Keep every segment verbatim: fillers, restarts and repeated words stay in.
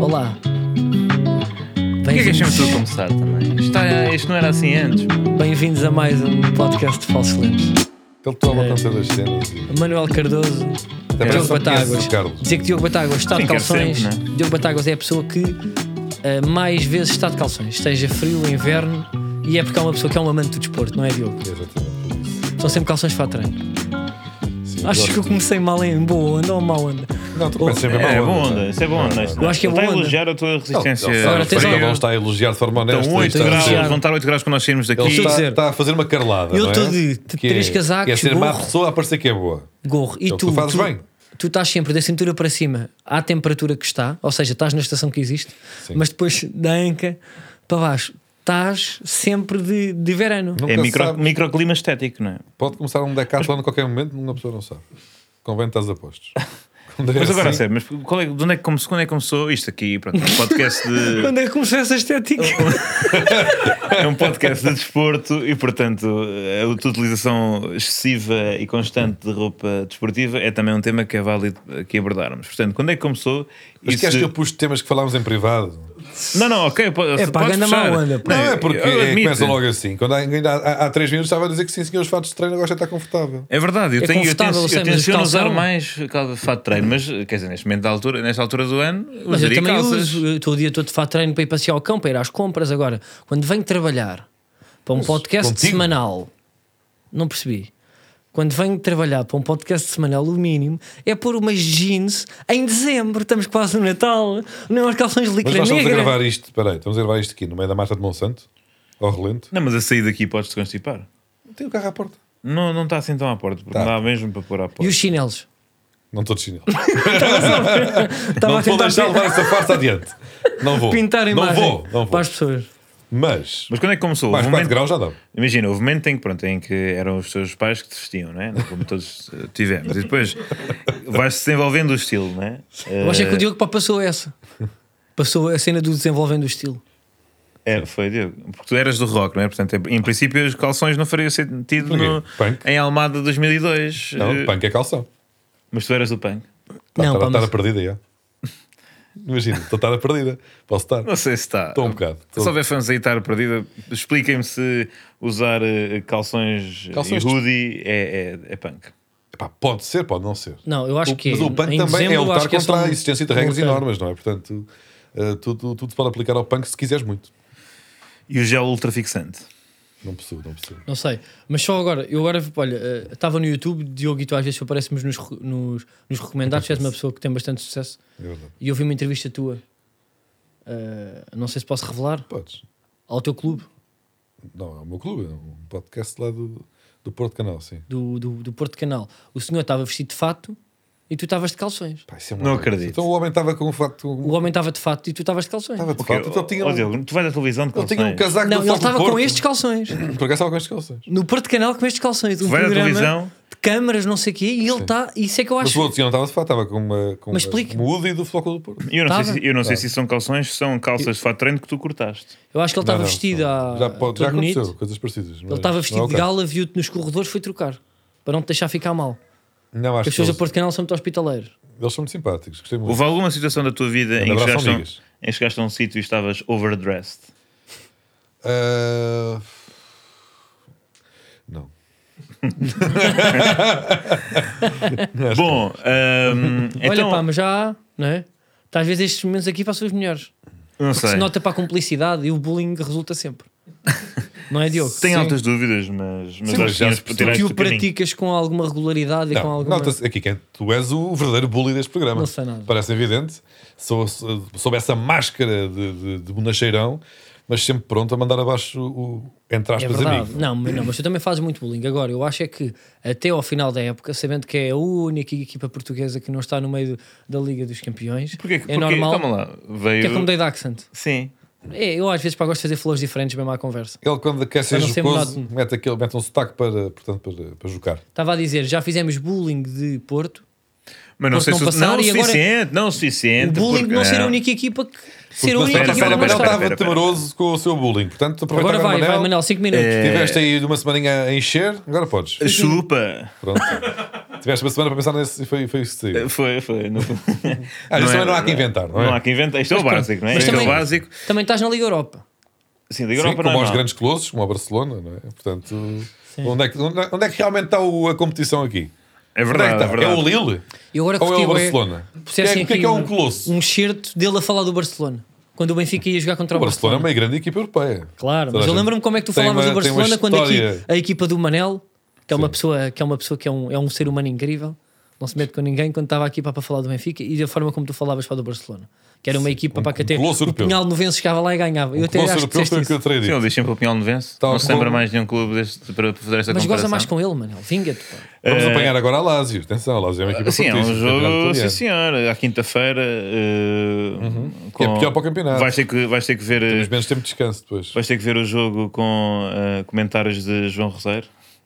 Olá. Porquê é que achamos tudo começar também? Isto, é, isto não era assim antes. Bem-vindos a mais um podcast de Falsos Lentes. Ele toma conta das cenas. Manuel Cardoso, Até Diogo Batáguas. Carlos. Dizer que Diogo Batáguas está Sim, de quero calções. sempre, né? Diogo Batáguas é a pessoa que uh, mais vezes está de calções, esteja frio, inverno, e é porque é uma pessoa que é um amante do desporto, não é, Diogo? Exatamente. São sempre calções para treino. Sim, Acho gosto que eu comecei mal em boa onda ou mal onda. Não, tu começas sempre É, a é bom onda, isso é bom onda. Eu acho que é Ele está a bom onda. elogiar a tua resistência. Ele Agora, tens não razão. está a elogiar de forma honesta. Estão oito está a graus, dizer- vão estar oito graus quando nós sairmos daqui. Ele Estou a está, dizer. está a fazer uma carlada. Eu não é? estou de- de Que três é, casacos, que é ser má gorro. pessoa a parecer que é boa. Gorro. E Então, tu, tu fazes tu, bem. tu estás sempre da cintura para cima à temperatura que está, ou seja, estás na estação que existe, Sim. mas depois da anca para baixo estás sempre de, de verano. Nunca É se micro, sabe. microclima estético, não é? Pode começar um decathlon a qualquer momento, uma pessoa não sabe. Convém estás a postos. Quando é Mas agora, assim, sério, mas qual é, de onde é que começou, quando é que começou isto aqui? Pronto, um podcast de. Quando é que começou essa estética? É um podcast de desporto e, portanto, a utilização excessiva e constante de roupa desportiva é também um tema que é válido aqui abordarmos. Portanto, quando é que começou? Mas Isso- queres que eu puxe temas que falámos em privado? Não, não, ok. Pode, É pá, podes anda puxar. má onda, pá. Não, é porque eu é, admito. começa logo assim. Quando ainda há, há três minutos estava a dizer que sim, senhores, fatos de treino, agora já está confortável. É verdade, eu É tenho, eu confortável, tenho, eu sei, eu mas tenciono usar calção? mais aquele fato de treino, mas quer dizer, neste momento da altura, nesta altura do ano, Mas eu usaria também calças. uso, eu estou o dia todo de fato treino para ir passear ao cão, para ir às compras. Agora, quando venho trabalhar para um Mas podcast contigo? semanal, não percebi. Quando venho trabalhar para um podcast semanal, o mínimo é pôr umas jeans em dezembro. Estamos quase no Natal, não as calções de Mas licra nós estamos a negra. gravar isto, peraí, estamos a gravar isto aqui no meio da mata de Monsanto, ao relento. Não, mas a sair daqui podes-te constipar. Tem o carro à porta. Não, não está assim tão à porta, porque Tá. não dá mesmo para pôr à porta. E os chinelos? Não estou de chinelo. Estava Não a te vou tentar deixar levar essa farsa adiante. Não vou. pintar a não imagem vou, não vou. para as pessoas. Mas, Mas quando é que começou? mais Houve um quatro momento- graus já dá. Imagina, houve um momento em que, pronto, em que eram os teus pais que te vestiam, não é? Como todos eh, tivemos. E depois vais-se desenvolvendo o estilo, não é? Eu acho é que o Eh, Diogo pá, passou essa. Passou a cena do desenvolvendo o estilo. É, foi, Diogo. Porque tu eras do rock, não é? Portanto, em princípio, os calções não fariam sentido Porquê? no, Punk? em Almada dois mil e dois. Não, Eh, punk é calção. Mas tu eras do punk. Tá, Não, tá, pá, tá mas- a perdida, já. Imagina, estou a estar a perdida. Posso estar? Não sei se está. Estou um bocado. Se houver fãs aí estar perdida, expliquem-me se usar eh, calções, Calções e hoodie é, é, é punk. Epá, pode ser, pode não ser. Não, eu acho O- que Mas o punk em também dezembro é eu lutar acho que é contra só a um- existência de regras e um- normas, não é? Portanto, uh, tudo, tudo se pode aplicar ao punk se quiseres muito. E o gel ultrafixante? Não percebo, não percebo. Não sei, mas só agora, eu agora, olha, eh, estava no YouTube, Diogo e tu às vezes aparecemos nos, re- nos, nos recomendados, tu és uma pessoa que tem bastante sucesso, É verdade. e eu vi uma entrevista tua, eh, não sei se posso revelar, Podes. ao teu clube, Não, é o meu clube, é um podcast lá do, do Porto Canal, sim. do, do, do Porto Canal. O senhor estava vestido de fato e tu estavas de calções. Pá, isso é Não uma- acredito. Então o homem estava com um facto. O homem estava de fato e tu estavas de calções. Estava de Ok, fato. Então tinha ó, um, Diogo, tu vais à televisão de ele calções. tinha um casaco Não, do ele Foco do estava com Porto. estes calções. Por acaso estava com estes calções. No Porto Canal com estes calções. Um Vai à programa televisão. de câmaras, não sei o quê, e ele está. Isso é que eu Mas acho. o outro senhor não estava de fato, estava com uma. Com Mas uma- explique. um hoodie do Foco do Porto. Eu não, sei Tava? se, eu não sei Tá. se são calções, se são calças de fato de treino que tu cortaste. Eu acho que ele estava Não, não, vestido não. à. Já, pode, já todo bonito. aconteceu, coisas parecidas. Ele estava vestido de gala, viu-te nos corredores, foi trocar. Para não te deixar ficar mal. Não, Porque acho as que pessoas eles, do Porto Canal são muito hospitaleiros. eles são muito simpáticos. Gostei muito. Houve alguma situação da tua vida Um em que, abraço, chegaste a, um- amigas. em que chegaste a um sítio e estavas overdressed? Ah, Não. Bom, ahm, Olha, então, pá, mas já há, não é? Tá, às vezes estes momentos aqui passam os melhores. não Se sei. nota para a cumplicidade e o bullying resulta sempre. Não é, Diogo? Tenho Sim. altas dúvidas, mas, mas Sim, acho mas que já tinhas se por tirar Que este o do caminho. praticas com alguma regularidade e com Não, alguma. nota-se aqui que tu és o verdadeiro bully deste programa. Não sei nada. Parece evidente. Sou, sou, sob essa máscara de, de, de bonacheirão, mas sempre pronto a mandar abaixo o, entre É aspas, verdade. amigo. Não, mas não, mas tu também fazes muito bullying. Agora, eu acho é que até ao final da época, sabendo que é a única equipa portuguesa que não está no meio da Liga dos Campeões, Porquê? é Porque, normal. calma lá, veio... Que é como dei de accent. Sim. É, eu às vezes pá, gosto de fazer flores diferentes mesmo à conversa. Ele, quando quer ser Para não ser jocoso, monótono. mete, aquele, mete um sotaque para, portanto, para, para jogar. Estava a dizer, já fizemos bullying de Porto. Mas não Porto sei não se passar não o e agora- suficiente, não o O suficiente. bullying de porque- não ser a única equipa que. Ser a Mas única espera, equipa espera, que não Manel espera, está. estava espera, temeroso com o seu bullying. Portanto, aproveita Agora vai, Manel. vai, Manel, cinco minutos. É. Tiveste aí de uma semaninha a encher, agora podes. Chupa. Pronto. Tiveste uma semana para pensar nisso e foi, foi isso que saiu. Foi, foi. Não, Ah, isso não também não há que inventar, não é? Não há que inventar. Isto é o Mas pronto. básico, não é? Mas Isto é o também- básico. Também estás na Liga Europa. Sim, Liga Sim, Europa como não é aos mau. grandes colossos, como a Barcelona, não é? Portanto, onde é, que, onde, é, onde é que realmente está o- a competição aqui? É Onde é, verdade, que é está? verdade. É o Lille? E agora Ou é o curti, Barcelona? O que é, pusessem o que é aqui que é um colosso? um excerto dele a falar do Barcelona. Quando o Benfica ia jogar contra O o Barcelona é Barcelona. uma grande equipa europeia. Claro, Toda mas a eu gente lembro-me como é que tu tem falavas uma- do tem uma Barcelona quando aqui história. a equipa do Manel, que é uma Sim. pessoa que é uma pessoa que é um, é um ser humano incrível, não se mete com ninguém, quando estava aqui para, para falar do Benfica, e da forma como tu falavas para do Barcelona, que era uma equipa um- para que um até colosso o europeu. Pinhal Novense chegava lá e ganhava. Eu O até colosso acho que europeu foi o disseste que eu isso. terei Sim, dito. ele diz sempre o Pinhal Novense. Tal Não se lembra como- mais de nenhum clube deste, para fazer esta Mas goza comparação. mais com ele, Manel. Vinga-te. pá. Vamos Eh, apanhar agora a Lazio. Atenção, a Lazio é uma equipa Sim, é um fortíssima, campeonato jogo, sim italiano. senhor, à quinta-feira. eh, Que é pior para o campeonato. Vais ter que, vais ter que ver. eh, Temos menos tempo de descanso depois. Vais ter que ver o jogo com eh, comentários de João Roseiro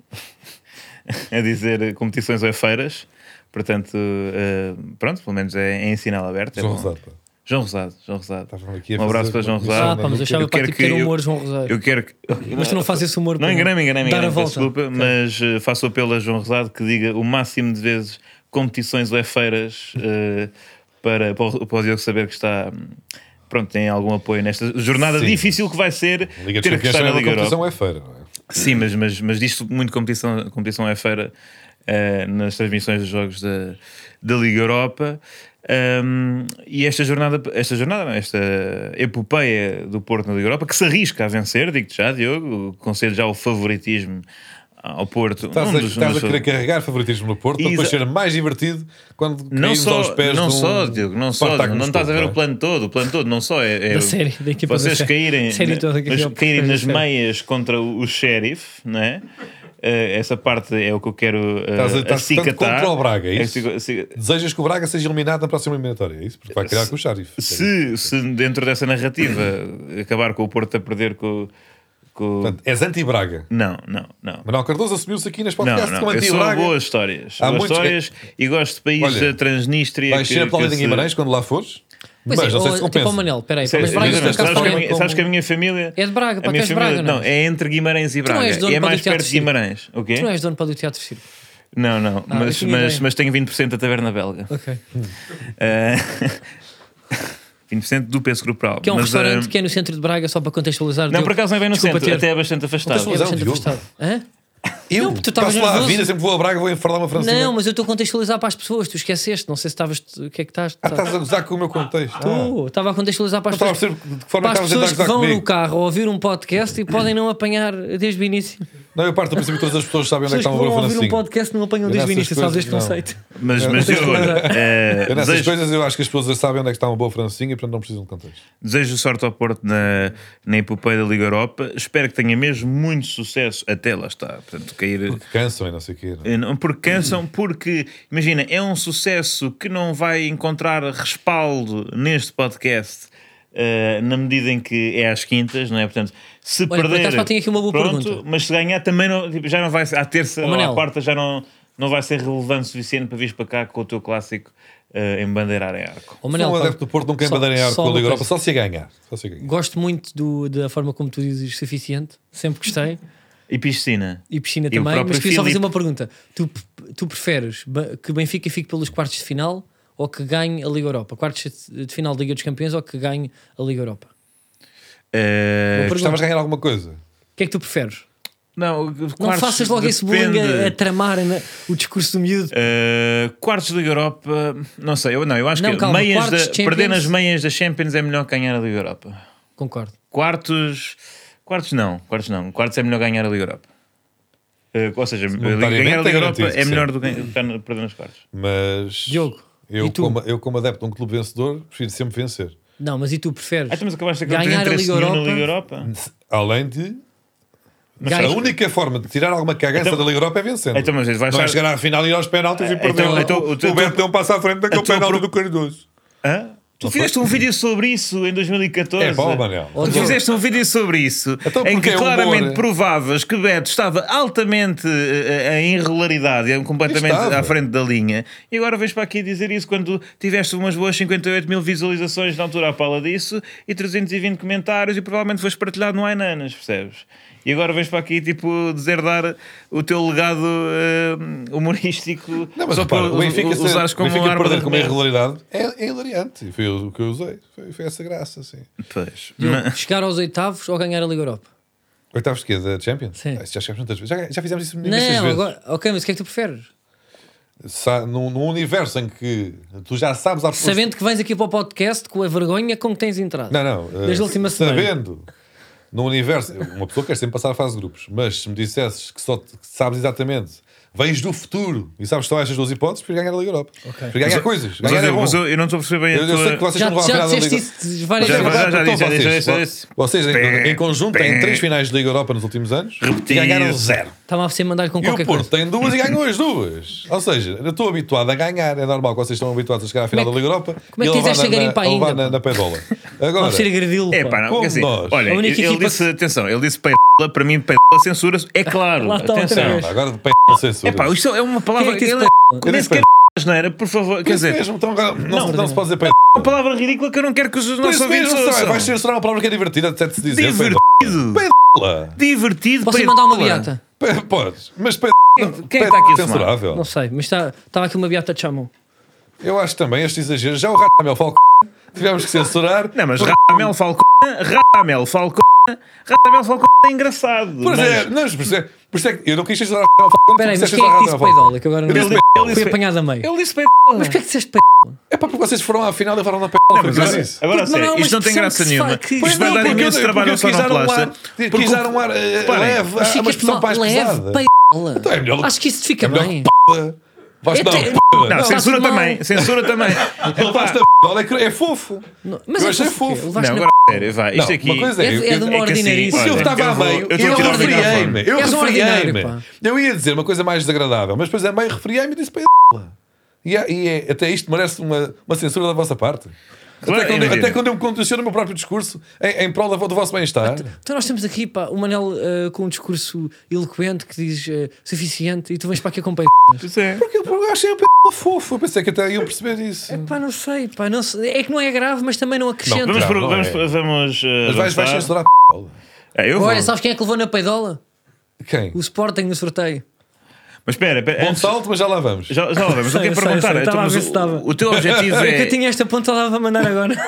a dizer eh, competições ou feiras. Portanto, eh, pronto, pelo menos é, é em sinal aberto. é João bom. Rosado, pá. João Rosado, João Rosado. Estava-me aqui a Um abraço fazer para João uma Rosado. Ah, pá, mas eu achava Eu para quero tipo, ter que- humor, eu- João Rosário. Eu quero que. Mas tu não fazes esse humor Não para enganei-me, enganei-me, dar a enganei-me, peço volta. desculpa, mas eh, faço apelo a João Rosado que diga o máximo de vezes competições ou feiras eh, para, para, o, para o Diogo saber que está. hum, Pronto, tem algum apoio nesta jornada Sim. difícil que vai ser A Liga ter dos que Campeões estar é na uma Liga Europa. competição é feira, não é? Sim, mas, mas, mas diz muito competição, competição é feira eh, nas transmissões dos jogos da, da Liga Europa. Um, e esta jornada, esta jornada, não, esta epopeia do Porto na Liga Europa, que se arrisca a vencer, digo-te já, Diogo, concedo já o favoritismo ao Porto. Estás, Um a, dos- estás um a dos- querer carregar favoritismo no Porto para depois Exa- ser mais divertido quando não caímos só, aos pés não de um só, Diogo, não só, Spartak não estás a ver Moscou, o plano todo, o plano todo, não só é, é Da o- série, da equipa da vocês série. caírem, Série toda que mas eu- caírem eu nas sei. meias contra o, o Sheriff, não é? Eh, essa parte é o que eu quero uh, Estás a- estás, portanto, acicatar. contra o Braga, é isso? Acica- acica- Desejas que o Braga seja eliminado na próxima eliminatória, é isso? Porque vai criar com o Sheriff. Se, se dentro dessa narrativa acabar com o Porto a perder com, com... Portanto, és anti-Braga. Não, não, não. Manuel Cardoso assumiu-se aqui neste Não, podcast não, como eu sou anti-Braga. boas histórias, Há boas muitos- histórias e gosto de países Olha, da Transnistria. Vais que- ser aplaudido que em se- Guimarães quando lá fores? Pois Mas é, não sei se oh, tipo compensa. ao Manel, peraí, Sei- mas Braga sabes, por acaso sabes que a também minha, como- sabes que a minha família É de Braga, pá, a minha tu és de família- Braga, não não, é? é entre Guimarães e Tu não Braga és dono e é para o mais Teatro perto de Circo. Guimarães, o quê? Tu não és dono para o Teatro Circo. Não, não, Ah, mas, eu tinha mas, ideia. mas tenho vinte por cento da taberna belga. Ok. Eh, vinte por cento do peso corporal. Que é um Mas, restaurante eh, que é no centro de Braga, só para contextualizar. Não, Diogo. por acaso não é bem no Desculpa centro, ter- até é bastante afastado. É Contextualizar. bastante Diogo. afastado. Hã? Eu Não, tu estavas passo lá a nervoso. vida, sempre vou a Braga, vou falar uma francinha. Não, mas eu estou a contextualizar para as pessoas. Tu esqueceste, não sei se estavas. O que é que estás? Ah, estás a gozar com o meu contexto. Ah. Tu, estava a contextualizar para as Não estava a pessoas. perceber de que forma Para as estavas a pessoas tentar que gozar vão no comigo. carro a ouvir um podcast e podem não apanhar desde o início. Não, eu parto do princípio que todas as pessoas sabem onde é que Pessoas está que o vão meu ouvir um francinho. podcast não apanham Eu desde o nessas início, sabes coisas, este não. conceito? Mas, Eu mas não eu, sei olha, eh, Eu nessas desejo, coisas eu acho que as pessoas já sabem onde é que está uma boa francinha e portanto não precisam de contexto. desejo sorte ao Porto na, na epopeia da Liga Europa. Espero que tenha mesmo muito sucesso até lá está. Portanto, cair. Porque cansam e não sei o quê. Não é? Eh, não, Porque cansam, porque imagina, é um sucesso que não vai encontrar respaldo neste podcast. eh, na medida em que é às quintas, não é? Portanto, se Olha, por perder, acaso, pá, tenho aqui uma boa pronto, pergunta. mas se ganhar também não, tipo, já não vai ser, à terça Ô, ou Manel. à quarta já não, não vai ser relevante o suficiente para vir para cá com o teu clássico uh, embandeirar em arco. Ô, Manel, Manel, um pá, adepto do Porto não quer só- bandeira em arco só com a uma Liga Europa coisa. só se a ganhar. Só se a ganhar. Gosto muito do- da forma como tu dizes suficiente, sempre gostei. E piscina. E piscina E o também, próprio mas queria só fazer Filipe. uma pergunta. Tu, tu preferes ba- que o Benfica fique pelos quartos de final ou que ganhe a Liga Europa? Quartos de de final da Liga dos Campeões ou que ganhe a Liga Europa? Uh, Vou Gostavas de ganhar alguma coisa? O que é que tu preferes? não, Não quartos faças logo esse bullying depende. a, a tramar na- o discurso do miúdo. Uh, quartos de Liga Europa, não sei, eu, não, eu acho Não, que calma, meias quartos da, de Champions- perder nas meias da Champions é melhor que ganhar a Liga Europa. Concordo. Quartos, quartos não, quartos não, quartos é melhor ganhar a Liga Europa. Uh, ou seja, Monetariamente ganhar a Liga é Europa garantido é que melhor do que ganhar- perder nos quartos. Mas Diogo, eu e tu? como, eu, como adepto de um clube vencedor, prefiro sempre vencer. Não, mas e tu preferes? Ah, então, mas acabaste de ter Ganhar a interesse Liga nenhum na Europa? Liga Europa? Além de. Ganhas- A única forma de tirar alguma cagança Então- da Liga Europa é vencendo. Então, mas vais não é estar- chegar à final e ir aos penaltis e Então- perder. então- o, então- o Beto deu um passo à frente daquele então- penalti do Cardoso. Hã? Tu fizeste um vídeo sobre isso em dois mil e catorze. É pá, Manel. Oh, Tu Diogo. fizeste um vídeo sobre isso Então, em porque que é claramente humor. provavas que Beto estava altamente eh, em irregularidade, eh, completamente Estava. à frente da linha. E agora vens para aqui dizer isso quando tiveste umas boas cinquenta e oito mil visualizações na altura à pala disso e trezentos e vinte comentários e provavelmente foste partilhado no Ainanas, percebes? e agora vens para aqui tipo deserdar o teu legado uh, humorístico Não, mas só repara, para o Benfica, us- usares o como Benfica arma perder de com uma arremesso. irregularidade é, é hilariante. E foi o que eu usei. Foi, foi essa graça, assim. Pois. Diogo, Mas- chegar aos oitavos ou ganhar a Liga Europa? Oitavos de quê? Da Champions? Sim. Ah, isso já chegamos muitas vezes. Já, já fizemos isso imensas Não, vezes. agora, ok, mas o que é que tu preferes? Sa num, num universo em que tu já sabes... A Sabendo que vens aqui para o podcast com a vergonha com que tens entrado. Não, não. Desde eh, a última semana. Sabendo, no universo, uma pessoa quer sempre passar a fase de grupos, mas se me dissesses que só te- que sabes exatamente, vens do futuro e sabes que são estas duas hipóteses, prefiro ganhar a Liga Europa. Ok. Prefiro ganhar coisas. Mas, Ganhar é eu, bom. mas eu, eu não estou a perceber bem a Eu, eu sei que tua... vocês Já, não vão à já final da disseste Liga isso várias Já- vezes. já- já Então disse, já disse, vocês, já disse. vocês em, Pé, em conjunto têm pé. três finais de Liga Europa nos últimos anos Repetido. e ganharam zero. Estava a ser mandar com E qualquer o Porto coisa. tem duas e ganhou as duas. Ou seja, eu estou habituado a ganhar. É normal que vocês estão habituados a chegar à final Como é da que- Liga Europa como é que e a tens esta levar na- garimpa a levar ainda, na, na pedola. Não Agora, precisa agredi-lo. É pá. pá, não, Como porque assim, nós. olha, A única ele equipa disse, atenção, ele disse peidola, para mim peidola censura é claro, Lá está outra atenção. vez. agora de pedola censura. É pá, isto é uma palavra Quem é que disse ele- Eu nem disse sequer peidola. não era, por favor, quer Por isso dizer, mesmo, então agora não, Não, se- não se pode dizer pedola. uma palavra ridícula que eu não quero que os Por nossos isso ouvintes mesmo, ouçam. sabe, vais censurar uma palavra que é divertida até de se dizer. Divertido. Pedola. Divertido, Posso peidola. mandar uma beata? Pe- Podes, mas pedola. Quem é que está aqui a fumar? censurável. Não sei, mas está- estava aqui uma beata de chamão. Eu acho também este exagero. Já o Ramel Falcão tivemos que censurar. Não, mas Ramel Falcão, Ramel Falcão, Ramel Falcão é engraçado. Pois mas- é, não, mas por isso é, por isso é que eu não quis censurar o Ramel Falcão. Espera aí, tu mas disseste quem é que disse Ramel Falcão. peidola? Que agora não Eu disse sei. peidola. Ele Fui disse- apanhado a meio. Ele disse peidola. Mas porquê é que disseste peidola? É pá, porque vocês foram à final e levaram na pedola. Mas, Foi olha, isso. agora, Porque sério, não é uma isto não tem expressão graça que se nenhuma. faz, que- Isto Pois vai não, dar porque imenso eu- trabalho ao porque eu quis dar um sonoplasta. ar- quis dar um ar eh, Reparem, leve, Mas a uma ficas expressão mal, mais leve, pesada. peidola. Então é melhor- Acho que isso te fica é melhor bem. Vais É dar te- um p***. Não, Está censura tudo mal. também, censura também. Ele vais na pedola, é que é fofo. Não, Mas Eu é achei fofo. fofo. Levaste Não, na- agora sério, vai. Isto Não, aqui. uma coisa é, É- eu- é de uma é que assim, ordinarice. Porque eu olha, estava a vou- meio, eu eu, estou a tirar o refriei-me, microfone. eu És um ordinário, refriei-me. pá. Eu ia dizer uma coisa mais desagradável, mas depois a meio refriei-me e disse para ele. E, é- e é- até isto merece uma, uma censura da vossa parte. Claro, até, quando, imagina. até quando eu me condiciono o meu próprio discurso em, em prol da- do vosso bem-estar. Então nós temos aqui pá, o Manel eh, com um discurso eloquente que diz eh, suficiente e tu vens para aqui com peido. Pois é. Porque eu, eu achei a p fofo. Eu pensei que até iam perceber isso. Pá, não sei, pá, não sei. É que não é grave, mas também não acrescenta. Vamos, Não, por- não vamos, é. vamos uh, Mas vais, vais avançar. censurar a p. É, eu vou. Olha, sabes quem é que levou na peidola? Quem? O Sporting no sorteio. Mas espera, espera, Bom antes- salto, mas já lá vamos. já, já lá vamos. Eu Sei, quero sei, perguntar. sei, então, estava a mas ver se o, estava. o teu objetivo É que eu é. tinha esta ponta lá para mandar agora.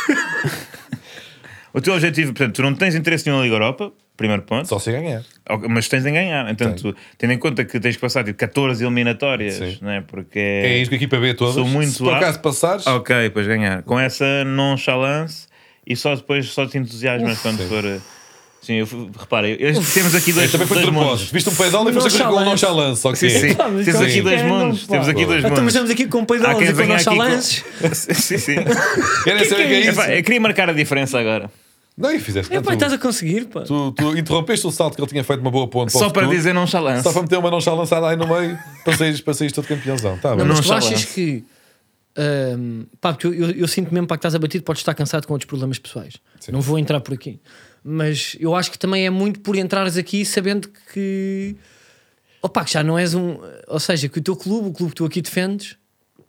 O teu objetivo, portanto, tu não tens interesse nenhum na Liga Europa, primeiro ponto, Só se ganhar. mas tens de ganhar. Então, tu, tendo em conta que tens que passar tipo catorze eliminatórias, Sim. não é? Porque É isso que a equipa B todas. Sou muito Se por apto. acaso passares, Ok, depois ganhar. Com essa nonchalance e só depois só te entusiasmas quando sim. for. uh, Sim, eu, repara, eu- temos aqui dois, também foi de dois mundos. propósito. Viste um peidola e foste com Nonchalance. nonchalance. Só que Sim, sim. Pá, mas Temos isso aqui é dois pequeno, mundos. pá. Temos aqui dois Então, mundos. mas estamos aqui com Há peidolas quem e com venha aqui com- nonchalances. Sim, sim. Querem saber o que é isso? Epá, eu queria marcar a diferença agora. Não, e fizeste. É pá, tu, estás a conseguir, pá. tu, tu interrompeste o salto que ele tinha feito uma boa ponte Só para o para futuro, dizer nonchalance. Só para meter uma nonchalançada aí no meio para saíres, para saíres todo campeãozão. Tá bem. Não, mas tu Nonchalance. achas que. ahm, pá, porque eu, eu, eu sinto mesmo para que estás abatido, podes estar cansado com outros problemas pessoais. Sim. Não vou entrar por aqui. Mas eu acho que também é muito por entrares aqui sabendo que. Opa, que já não és um. Ou seja, que o teu clube, o clube que tu aqui defendes,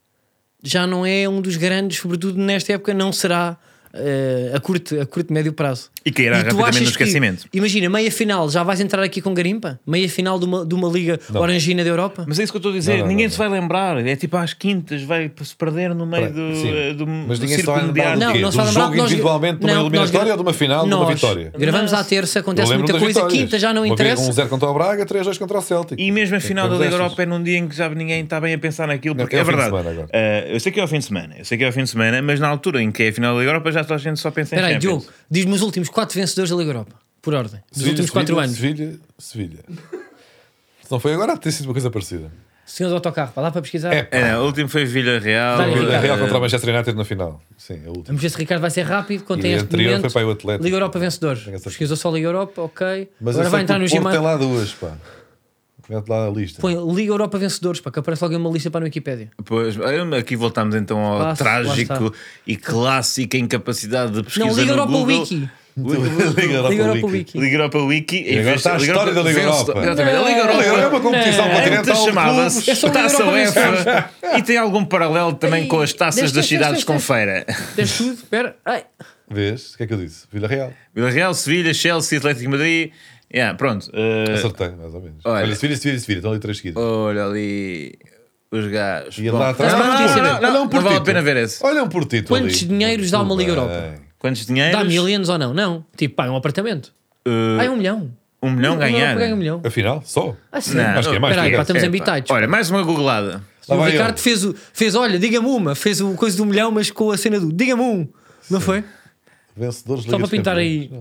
já não é um dos grandes, sobretudo nesta época, não será. eh, a, curto, a curto, médio prazo. E cairá E tu rapidamente achas no que, esquecimento. imagina, meia final, já vais entrar aqui com garimpa? Meia final de uma, de uma liga Não. orangina da Europa? Mas é isso que eu estou a dizer, Não, não, ninguém não, se vai lembrar. É tipo às quintas, vai se perder no meio Peraí, do, sim. eh, do, Mas do ninguém se círculo vai lembrar mediático. do quê? não Do se vai lembrar jogo que nós- individualmente de uma não, eliminatória nós- ou de uma final de uma nós vitória? Gravamos Mas- à terça, Eu acontece lembro muita das coisa. vitórias. Quinta já não Uma vez interessa. um zero contra o Braga, três dois contra o Celtic. E mesmo a final da Temos Liga estas. Europa é num dia em que já ninguém está bem a pensar naquilo, Não, porque é é, ao fim de verdade. semana agora. Eh, eu sei que é ao fim de semana, eu sei que é ao fim de semana, mas na altura em que é a final da Liga Europa já toda a gente só pensa em Espera aí, Champions. Diogo, diz-me os últimos quatro vencedores da Liga Europa, por ordem, dos Sevilha, últimos quatro Sevilha, anos. Sevilha, Sevilha. Se não foi agora, tem sido uma coisa parecida. Senhores do autocarro, vai lá para pesquisar. É, É, o último foi Vila Real. Dá-lhe, Vila Ricardo. Real contra o Manchester United na final. Sim, é o último. Vamos ver se o Ricardo vai ser rápido. Quando E tem a este anterior momento, foi para o Atlético. Liga Europa vencedor. Tenho a certeza. Pesquisou só Liga Europa, ok. Mas Agora eu vai sei entrar que no o Porto tem Gmail. lá duas, pá. Mete lá a lista. Põe Liga Europa vencedores, pá, que aparece logo uma lista para a Wikipédia. Pois, aqui voltamos então ao Lá- lá trágico está. e clássico incapacidade de pesquisa Não, Liga no Europa Google. Wiki. Liga Liga Europa Wiki. Wiki. Liga Europa Wiki. E agora está a história da Liga vence- Europa. Exatamente, a Liga A Europa. Liga Europa é uma competição Não, continental Antes de chamava-se clubes. É só Liga Taça Europa UEFA e tem algum paralelo também Ei, com as taças deste- das deste- cidades deste- com deste- feira. Tens tudo? Espera. Ai. Vês? O que é que eu disse? Vila Real. Vila Real, Sevilha, Chelsea, Atlético de Madrid, Yeah, pronto. Uh, Acertei, mais ou menos. Olha. Olha, se vira, se vira, se vira. Estão ali três seguidas. olha ali os gajos. E Bom, lá atrás não, está não, tudo. não, não, Olha não, um não vale a portito. pena ver esse. Olha um portito Quantos ali. dinheiros dá uma Tudo Liga bem. Europa? Quantos dinheiros? Dá millions ou não? Não. Tipo, pá, é um apartamento. Uh, Ah, é um milhão. um milhão Não, ganhar. Ganha um milhão. Afinal, só. Ah, sim. Não, Acho que é mais. Espera aí, que pá, é. estamos É, ambitados. pá. Olha, mais uma googlada. Lá O vai Ricardo ele. fez, o, fez, olha, diga-me uma, fez o coisa do milhão, mas com a cena do diga-me um. Não foi? Vencedores Só para Ligas pintar Campeões. aí. Não.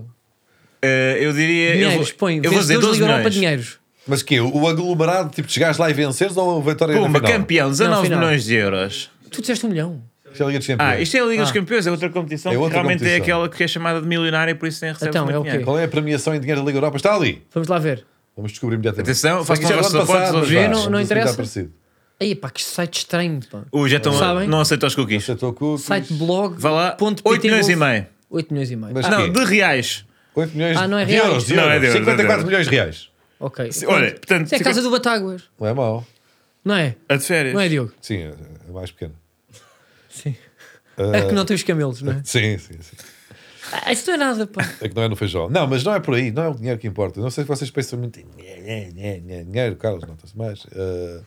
Uh, eu diria. Dinheiros, eu vou, põe. eu vou dizer Vencedores da doze Liga Europa, milhões. dinheiros. Mas que O aglomerado, tipo, de chegares lá e venceres ou a vitória na Pumba, final? campeão, dezanove final. milhões de euros. Tu disseste um milhão. Isto é a Liga dos Campeões. Ah, isto é a Liga dos Ah. Campeões, é outra competição É que outra realmente competição. é aquela que é chamada de milionária, por isso tem recebe Então, muito é o dinheiro. quê? Qual é a premiação em dinheiro da Liga Europa? Está ali. Vamos lá ver. Vamos descobrir imediatamente. Atenção, Só que façam isto é os do ano vossos apontos, passado, hoje mas não- vá, não vamos interessa. tentar parecido. Aí, pá, que site estranho, pá. Uh, já estão, Sabem? não aceito os cookies. Aceitou cookies. Site blog. Vá lá, ponto oito pt milhões e golf. meio. oito milhões e meio. Mas Ah, Não, quê? de reais. oito milhões Ah, não é de reais? euros. De Não, é euros. de euros, cinquenta e quatro é de milhões de reais. ok. Olha, portanto, Isso é a casa do Batáguas. Não é mau. Não é? a de férias. Não é, Diogo? Sim, é é mais pequeno. Sim. É que não tem os camelos, não é? Sim, sim, sim. Ah, isso não é nada, pá. É que não é no feijão. Não, mas não é por aí. Não é o dinheiro que importa. Não sei se vocês pensam muito em dinheiro, dinheiro, dinheiro, dinheiro, Carlos, nota-se mais. Uh,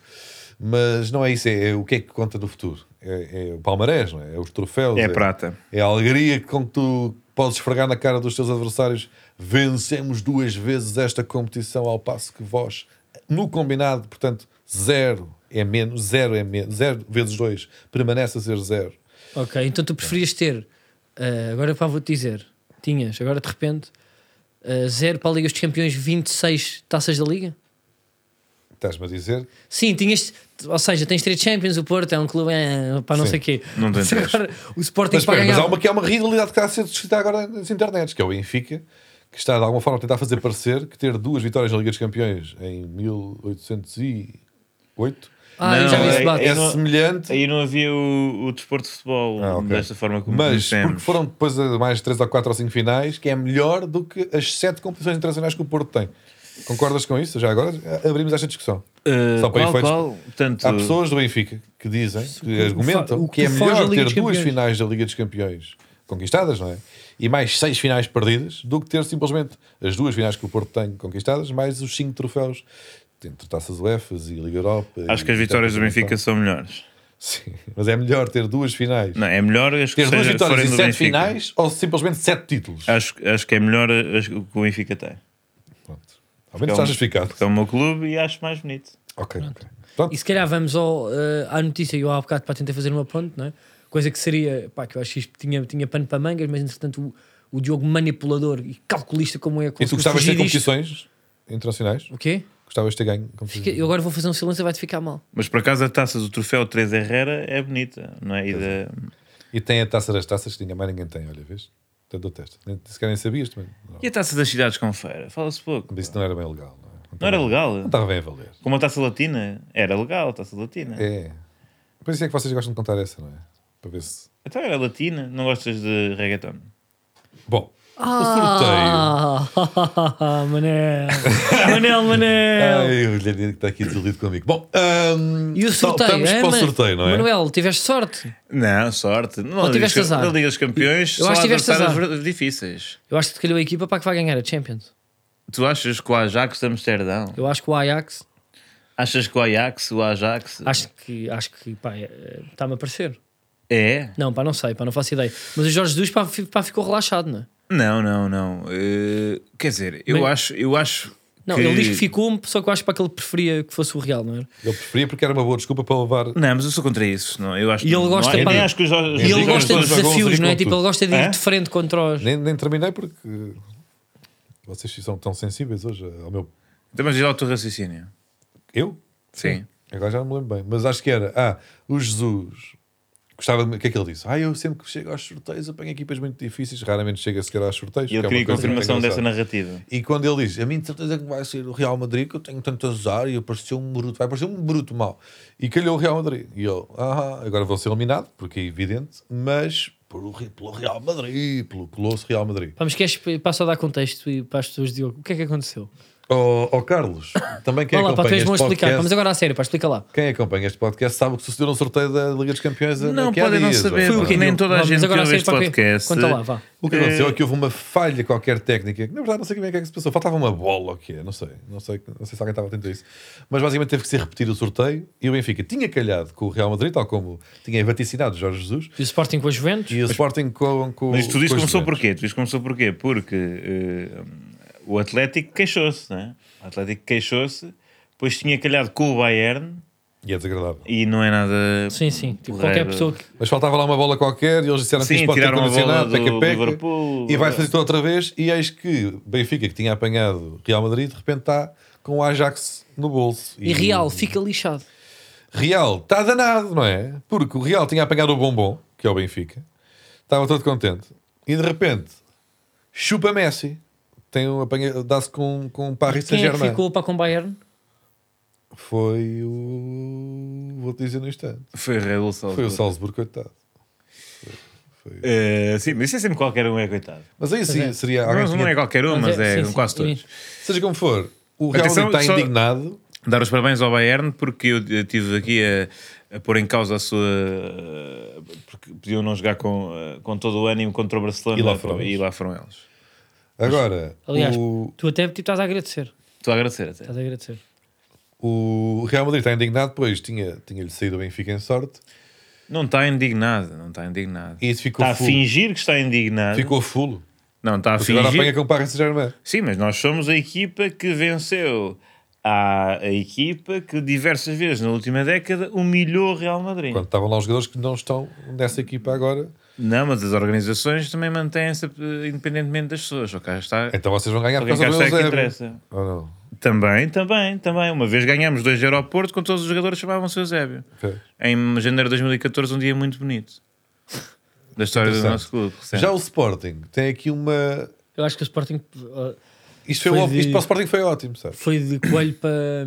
mas não é isso. É, é o que é que conta no futuro. É, é o palmarés, não é? É os troféus. É prata. É a alegria com que tu podes esfregar na cara dos teus adversários. Vencemos duas vezes esta competição, ao passo que vós, no combinado, portanto, zero é menos, zero é menos, zero vezes dois permanece a ser zero. Ok, então tu preferias ter, uh, agora pá, vou-te dizer, tinhas, agora de repente, uh, zero para a Liga dos Campeões, vinte e seis taças da Liga? Estás-me a dizer? Sim, tinhas, ou seja, tens três Champions, o Porto é um clube, é, para não Sim. sei o quê. Não tem Mas três. agora, o Sporting Mas, para espera, ganhar. mas há uma que é uma realidade que está a ser descrita agora nas internets, que é o Benfica, que está de alguma forma a tentar fazer parecer que ter duas vitórias na Liga dos Campeões em mil oitocentos e oito Ah, eu já vi Não, esse é- debate. é não- semelhante. Aí não havia o, o desporto de futebol Ah, ok. desta forma como Mas conhecemos. porque foram depois a mais três ou quatro ou cinco finais, que é melhor do que as sete competições internacionais que o Porto tem. Concordas com isso? Já agora abrimos esta discussão. Uh, Só para qual, efeitos- qual? Portanto, Há pessoas do Benfica que dizem, que o argumentam fa- o que é que foge melhor da Liga ter dos duas Campeões. finais da Liga dos Campeões conquistadas, não é? E mais seis finais perdidas, do que ter simplesmente as duas finais que o Porto tem conquistadas, mais os cinco troféus entre taças UEFAs e Liga Europa. acho e que as vitórias do Champions Benfica League. são melhores. Sim, mas é melhor ter duas finais. Não, é melhor as que Ter duas seja- vitórias forem e do sete Benfica. finais ou simplesmente sete títulos? Acho, acho que é melhor as que o Benfica tem. Pronto. Ao menos Então- estás justificado. Porque é o meu clube e acho mais bonito. Ok, ok. Pronto. E se calhar vamos ao, uh, à notícia, eu há bocado para tentar fazer uma ponte, não é? Coisa que seria, pá, que eu acho que isto tinha, tinha pano para mangas, mas entretanto o, o Diogo manipulador e calculista como é, E tu conseguiu gostavas de ter fugir disto. competições internacionais? O quê? Gostavas de ter ganho competições? Fica- eu agora vou fazer um silêncio e vai-te ficar mal. Mas por acaso a taça do troféu três Herrera é bonita, não é? E da- E tem a taça das taças que ninguém mais ninguém tem, olha, vês? Portanto, eu testo. Nem- Se calhar nem sabias também. Não. E a taça das cidades com feira? Fala-se pouco. Mas isso não era bem legal. Não, é? Não era estava- legal? Não estava bem a valer. Como a taça latina? Era legal a taça latina. É. Por isso é que vocês gostam de contar essa, não é? Para ver se. Então era latina, não gostas de reggaeton? Bom, Ah, Manel, Manel, Manel. ai, o Guilherme que está aqui desiludido comigo. Bom, ahm, E o então, sorteio, estamos é, para o Ma- sorteio, não é? Não tiveste sorte. Não, sorte. Não, Ou na tiveste Liga, azar? na Liga dos Campeões Eu só acho que tiveste adversários azar. ver- difíceis. Eu acho que te calhou a equipa para que vai ganhar a Champions. Tu achas que o Ajax de Amsterdão? Eu acho que o Ajax, Achas que o Ajax, o Ajax... acho que, acho que pá, é, está-me a parecer. É? Não, pá, não sei, pá, não faço ideia. Mas o Jorge Jesus pá, fi- pá, ficou relaxado, não é? Não, não, não. Eh, quer dizer, eu Bem- acho... Eu acho Não, que... ele diz que ficou, só que eu acho pá, que ele preferia que fosse o Real, não é? Ele preferia porque era uma boa desculpa para levar. Não, mas eu sou contra isso. Não. Eu acho E que ele gosta, não, pá, eu nem acho que os, os E ele digo, gosta de os jogam desafios, não é? com Tipo, tudo. ele gosta de ir Hã? de frente contra os. Nem, nem terminei porque vocês são tão sensíveis hoje ao meu. Então, mas diz lá o teu raciocínio. Eu? Sim. Agora já não me lembro bem. Mas acho que era. Ah, o Jesus. Gostava de. O que é que ele disse? Ah, eu sempre que chego aos sorteios apanho equipas muito difíceis. Raramente chega sequer aos sorteios. E ele que é uma queria coisa muito confirmação dessa engraçada. narrativa. E quando ele diz, a mim de certeza que vai ser o Real Madrid, que eu tenho tanto azar e apareceu um bruto, vai aparecer um bruto mau. E calhou o Real Madrid. E ele, ah, agora vou ser eliminado, porque é evidente, mas por o, pelo Real Madrid, pelo colosso Real Madrid. Vamos, queres para só dar contexto e para as pessoas de Diogo, o que é que aconteceu? Ó oh, oh Carlos, também quem Vá lá, pá, tu acompanha és bom a este explicar. podcast, Vamos agora a sério, pá, explica lá. quem acompanha este podcast sabe o que sucedeu no sorteio da Liga dos Campeões. Não aqui há podem não dias, saber, ó. Foi o quê, nem Diogo? toda a Vamos gente que agora a ouve sério, este pá, que- podcast. Conta lá, vá. O que aconteceu é que houve uma falha qualquer técnica, que na verdade não sei como é que, é que se passou, faltava uma bola ou o quê, não sei, não sei, não sei se alguém estava atento a isso, mas basicamente teve que ser repetido o sorteio e o Benfica tinha calhado com o Real Madrid, tal como tinha vaticinado Jorge Jesus, E o Sporting com a Juventus? e o Sporting com, com Mas tu dizes com que os começou Juventus. porquê? Tu dizes que começou porquê? Porque eh, o Atlético queixou-se, não é? O Atlético queixou-se, depois tinha calhado com o Bayern E é desagradável. e não é nada. Sim, sim. Tipo, porreiro. qualquer pessoa que. Mas faltava lá uma bola qualquer e eles disseram que Sim, isto pode ter tiraram a bola condicionado, do peca, peca, Liverpool. e vai fazer tudo outra vez. E eis que Benfica, que tinha apanhado Real Madrid, de repente está com o Ajax no bolso. E Real fica lixado. Real está danado, não é? Porque o Real tinha apanhado o bombom, que é o Benfica, estava todo contente, e de repente chupa Messi, tem um apanha, dá-se com, com o Paris Quem é que Saint-Germain. ficou para com o Bayern? Foi o. Vou-te dizer no instante. Foi o Rei do Salzburgo. Foi o Salzburgo, coitado. Eh, sim, mas isso é sempre qualquer um, é coitado. Mas aí sim, é. seria alguém Não, que não tinha- é qualquer um, mas é sim, sim. quase todos. Seja como for, o Real Atenção, Madrid está só- indignado. Dar os parabéns ao Bayern porque eu estive aqui a, a pôr em causa a sua. Porque podiam não jogar com, com todo o ânimo contra o Barcelona E lá foram e eles. lá foram eles. Agora, Aliás, o, tu até tipo, estás a agradecer. Estou a agradecer até. Estás a agradecer. o Real Madrid está indignado, pois tinha, tinha-lhe saído o Benfica em sorte Não está indignado, não está indignado. e isso ficou Está a full. fingir que está indignado. Ficou fulo. Não, está a Porque agora apanha fingir. com o Paris Saint-Germain. Sim, mas nós somos a equipa que venceu a, a equipa que diversas vezes na última década humilhou o Real Madrid. Quando estavam lá os jogadores que não estão nessa equipa agora, Não, mas as organizações também mantêm-se eh, independentemente das pessoas. Só cá está. então vocês vão ganhar por Alguém causa do cá está que Eusébio. interessa. Ou não? Também, também, também. Uma vez ganhámos dois de aeroporto com todos os jogadores chamavam-se Eusébio. Ok. Em janeiro de dois mil e catorze, um dia muito bonito da história do Interessante. nosso clube. recente. Já o Sporting tem aqui uma. Eu acho que o Sporting uh, Isto, foi Foi o- de- isto para o Sporting foi ótimo, sabe? foi de coelho para.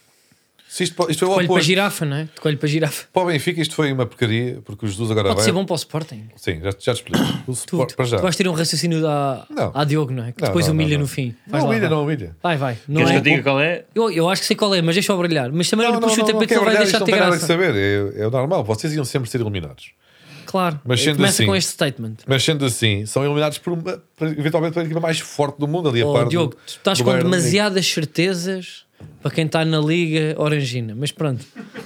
Se isto, isto foi o Coelho para oposto. girafa, não é? De coelho para girafa. Para o Benfica isto foi uma porcaria, porque o Jesus agora Pode vai. ser bom para o Sporting. Sim, já, já te explico. O Tu, Sport, tu, para já. tu vais ter um raciocínio da, Não. à Diogo, não é? Que Não, depois não, não, humilha não. no fim. Vais Não lá, humilha, vai. não humilha. Vai, vai. Não Queres é? que eu diga qual é? eu, eu acho que sei qual é, mas deixa eu brilhar. Mas também não, Não, não, puxa não, o não, tapete, quer ele vai olhar, deixar isto de não ter tem nada que graça. saber. É, é o normal, vocês iam sempre ser eliminados. Claro. Mas sendo Começa assim- com este statement. Mas sendo assim, são eliminados por, uma, por eventualmente pela equipa mais forte do mundo ali a Oh, par do- Diogo, tu estás do com Bayern de Munique. demasiadas certezas para quem está na Liga Orangina. Mas pronto.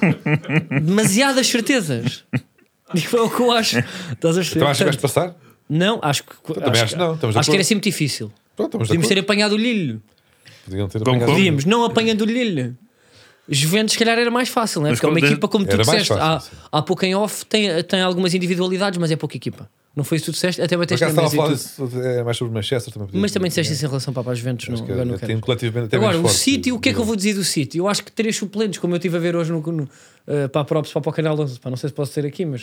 demasiadas certezas. Digo, é o que eu acho. Estás a perceber? Então achas que vais Portanto, passar? não, acho que. também acho que não, estamos de acho que era acordo. assim muito difícil. Pronto, estamos de Podíamos ter acordo. apanhado o Lille. Podiam ter Como- apanhado- Podíamos, não apanhando o Lille. Juventus, se calhar, era mais fácil, não é? Mas Porque é uma como- equipa, como tu Era mais disseste, há, fácil, sim. há pouco em off, tem, tem algumas individualidades, mas é pouca equipa. Não foi isso que tu disseste? Até Por bateste acaso na estava a mesa falar e tudo. disso, é mais sobre o Manchester também. podia- Mas também disseste isso em relação para, para a Juventus. Acho Não, que agora não é- quero. tem coletivamente até Agora, mais o forte. City, o que é que eu vou dizer do City? Eu acho que três suplentes, como eu estive a ver hoje no, no, uh, para a Props, para o canal onze, para não sei se posso ter aqui, mas uh,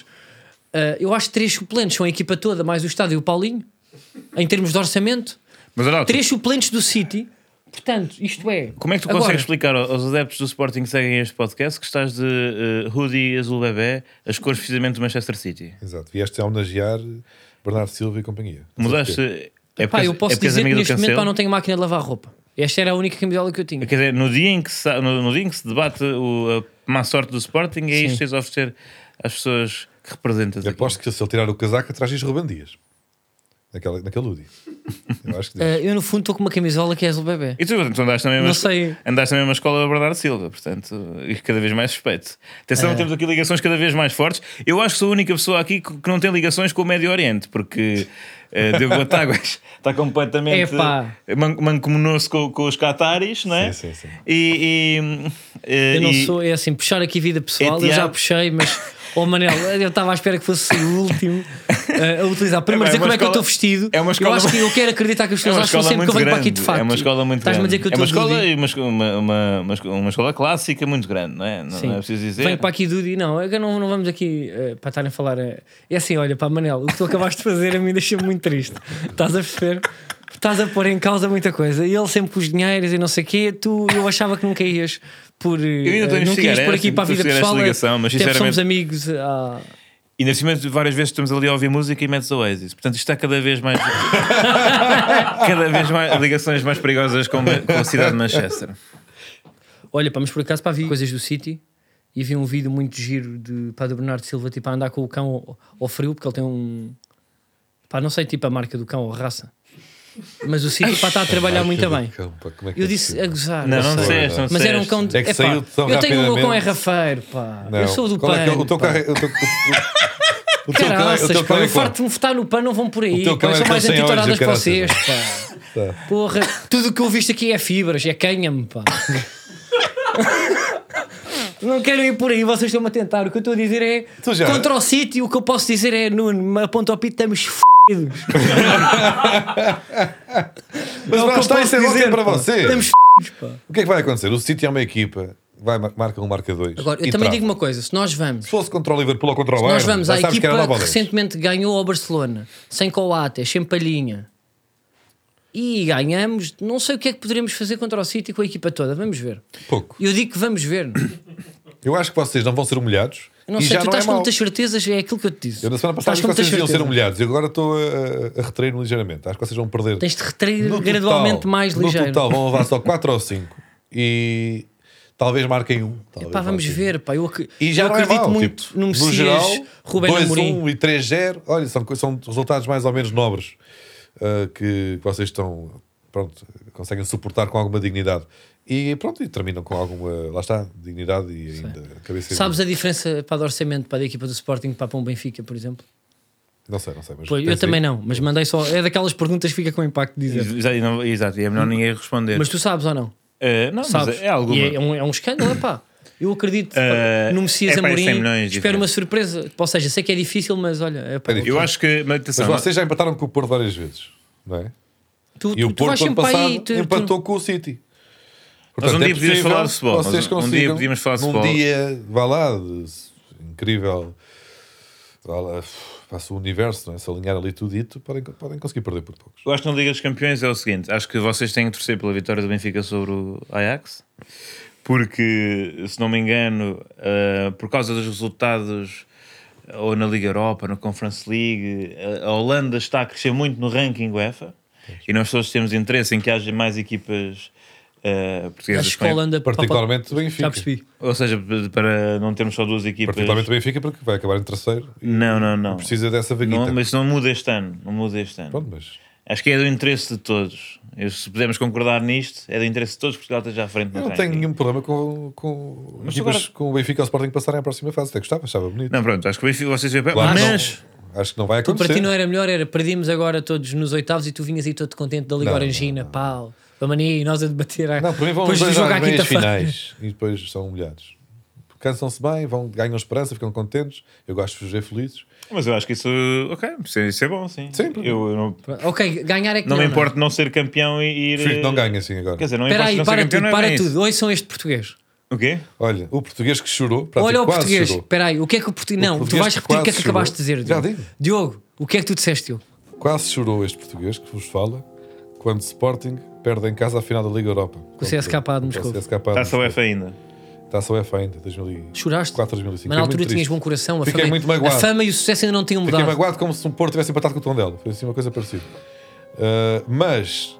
eu acho que três suplentes são a equipa toda, mais o estádio e o Paulinho, em termos de orçamento. Mas olha, lá, tu- Três suplentes do City, portanto, isto é. como é que tu Agora, consegues explicar aos adeptos do Sporting que seguem este podcast que estás de uh, hoodie azul bebê, as cores precisamente do Manchester City? Exato. Vieste a homenagear Bernardo Silva e companhia. Não sei porquê. Mudaste. É Pá, porque- eu posso é porque és dizer que amigo do neste momento Cancelo? pá, não tenho máquina de lavar roupa. Esta era a única camisola que eu tinha. Quer dizer, no dia em que se, no, no dia em que se debate o, a má sorte do Sporting, é isto que tens a oferecer às pessoas que representas Eu aqui. aposto que se ele tirar o casaco, atrás diz Ruben Dias. Naquela, naquele hoodie. Eu acho que diz. Uh, eu, no fundo, estou com uma camisola que é azul bebê. E tu, tu andaste na mesma, Não sei. andaste na mesma escola da Bernardo Silva, portanto, e cada vez mais suspeito. Atenção, É. temos aqui ligações cada vez mais fortes. Eu acho que sou a única pessoa aqui que que não tem ligações com o Médio Oriente, porque uh, Diogo Batáguas está completamente Epá. man- mancomunou-se com, com os cataris, não é? Sim, sim, sim. E, e, eh, Eu não e- sou, é assim, puxar aqui vida pessoal, É eu já Tiago. puxei, mas. Oh Manel, eu estava à espera que fosse o último uh, a utilizar. Primeiro É dizer uma como é que eu escola- estou vestido. é uma escola- Eu acho que eu quero acreditar que as É pessoas uma acham escola sempre que eu muito venho para aqui de grande. facto. É uma escola muito Estás-me a grande. dizer que eu É uma estou escola, Dudi. e uma, esco- uma, uma, uma, esco- uma escola clássica muito grande, não é? Não, Sim. não é preciso dizer. Venho para aqui Dudi, não, é que não, não vamos aqui uh, para estarem a falar. Uh, é assim, olha, pá, Manel, o que tu acabaste de fazer a mim deixa-me muito triste. Estás a perceber? Estás a pôr em causa muita coisa. E ele sempre com os dinheiros e não sei o quê. Tu, eu achava que nunca ias por. Uh, ainda estou a nunca investigar ias por aqui esta- para a vida estou a investigar esta pessoal. ligação, mas até porque somos sinceramente- amigos há. E na cima várias vezes estamos ali a ouvir música e metes Oasis. Portanto, isto está cada vez mais cada vez mais ligações mais perigosas com, com a cidade de Manchester. Olha, pá, mas por acaso, pá, vi coisas do City e vi um vídeo muito giro de, pá, do Bernardo Silva, tipo, a andar com o cão ao, ao frio, porque ele tem um... Pá, não sei, tipo, a marca do cão ou raça. Mas o City, pá, está a trabalhar muito bem. Cão, pá, como é que Eu é disse possível? a gozar. Não, não sei. disseste, não Mas era um disseste. cão de... É que Epá, saiu tão eu tenho o meu cão é rapidamente. rafeiro, pá. Não. Eu sou do Qual é que é pano. o teu pá. carro? é- o teu- o- o- o teu cão é- o Caraças, teu pá, cão é eu qual? farto de me votar no pano, não vão por aí. O teu Pá, cão eu é sou mais aquele sem olhos, antitoradas que caraças. vocês, pá. Tá. Porra, tudo o que eu viste aqui é fibras, é canha-me, pá. Não quero ir por aí, vocês estão-me a tentar. O que eu estou a dizer é Tu já- contra o City. O que eu posso dizer é Nuno, aponta ao pito, estamos f***idos. Mas É o lá que eu está, posso isso é ótimo dizer, para pá. você. Estamos f***idos, pá. O que é que vai acontecer? O City é uma equipa, vai, marca um, marca dois. Agora, eu e também trava. digo uma coisa: se nós vamos, Se fosse contra o Liverpool ou contra o se Bayern, nós vamos já à sabes que era equipa nove que a dez. recentemente ganhou ao Barcelona, sem Coates, sem Palhinha, e ganhamos, não sei o que é que poderíamos fazer contra o City com a equipa toda. Vamos ver. Pouco. Eu digo que vamos ver. Eu acho que vocês não vão ser humilhados. Eu não e sei, já tu não é estás com mau. muitas certezas, é aquilo que eu te disse. Eu na semana passada Estás disse com que vocês muitas iam ser certezas. humilhados e agora estou a, a retrair-me ligeiramente. Acho que vocês vão perder. Tens de retrair No gradualmente total- mais ligeiro. No total vão levar só quatro ou cinco e talvez marquem um. Talvez Pá, vamos marquem um. ver, pá. Eu, ac- E já eu não é acredito mau, muito tipo, no no Messias, geral, Rubén dois Amorim. um e três zero. Olha, são, são resultados mais ou menos nobres uh, que vocês estão, pronto, conseguem suportar com alguma dignidade. E pronto, e terminam com alguma, lá está, dignidade e ainda cabeça. Sabes a diferença para o orçamento para a equipa do Sporting para um Benfica, por exemplo? Não sei, não sei. Mas Pois, eu pensa também aí. não, mas mandei só. É daquelas perguntas que fica com impacto de dizer. Exato, e não- exato, e é melhor ninguém responder. Mas tu sabes ou não? Eh, não, Sabes? mas é alguma. E é, um, é um escândalo, pá. Eu acredito pá, Eh, no Messias é pá, é cem Amorim. milhões de Espero uma diferença. surpresa. Ou seja, sei que é difícil, mas olha. É, pá, É difícil. Eu acho que. Mas, Mas atenção, vocês já empataram com o Porto várias vezes, não é? tu, E o tu, tu Porto, vais ano sempre para passado, aí. Tu, tu, empatou com o City. Nós um Portanto, dia é podíamos possível falar de futebol, Vocês nós um- um dia consigam, podíamos falar de num futebol. dia, vá lá, de- incrível, vá lá, passa o universo, não é? Se alinhar ali tudo dito, podem, podem conseguir perder por poucos. eu acho que na Liga dos Campeões é o seguinte: acho que vocês têm que torcer pela vitória do Benfica sobre o Ajax, porque, se não me engano, uh, por causa dos resultados, ou na Liga Europa, na Conference League, a Holanda está a crescer muito no ranking UEFA e nós todos temos interesse em que haja mais equipas uh, portuguesas. acho que a Holanda. Particularmente o Já Benfica. percebi. Ou seja, para não termos só duas equipas. Particularmente o Benfica, porque vai acabar em terceiro e Não, não, não. precisa dessa vaguita. Não, mas não muda este ano. Não muda este ano. Pronto, mas Acho que é do interesse de todos. Eu, se pudermos concordar nisto, é do interesse de todos porque Portugal esteja à frente no eu não ranking. tenho nenhum problema com, com, Mas equipas, agora- com o Benfica e o Sporting passarem à próxima fase. Até gostava, achava bonito. Não, pronto, acho que o Benfica vocês veem. Claro, Mas não, acho que não vai Tu para ti acontecer. não era melhor, era perdimos agora todos nos oitavos e tu vinhas aí todo contente da Liga Não, Orangina, não, não. pau, a mania e nós a debater. Não, para mim vão depois os do dois jogo à às meias quinta-feira. finais e depois são humilhados. Cansam-se bem, vão, ganham esperança, ficam contentes. Eu gosto de os ver felizes. Mas eu acho que isso, ok, isso é, isso é bom, sim. Sim, eu, eu não, Ok, ganhar é que não me não, importa não ser campeão e ir. Prefiro que não ganhem assim agora. Quer dizer, não me Espera importa aí, não ser para campeão, tudo, não é para bem tudo. isso. Ouçam este português. O quê? Olha, o português que chorou, Olha o quase português. chorou. Espera aí, o que é que o português. O Não, tu português vais que repetir o que é que quase acabaste de dizer. chorou. Já Diogo. digo. Diogo, o que é que tu disseste, Diogo? Quase chorou este português que vos fala quando Sporting perde em casa a final da Liga Europa. Com o C S K A de Moscou. Está-se a UEFA ainda. Está-se a UEFA ainda, dois mil e Choraste? quatro, dois mil e cinco. Mas na Fiquei altura muito tinhas triste. bom coração. A Fiquei fama, muito magoado. a fama e o sucesso ainda não tinham Fiquei mudado. magoado como se um Porto tivesse empatado com o Tondela. Foi assim uma coisa parecida. Uh, mas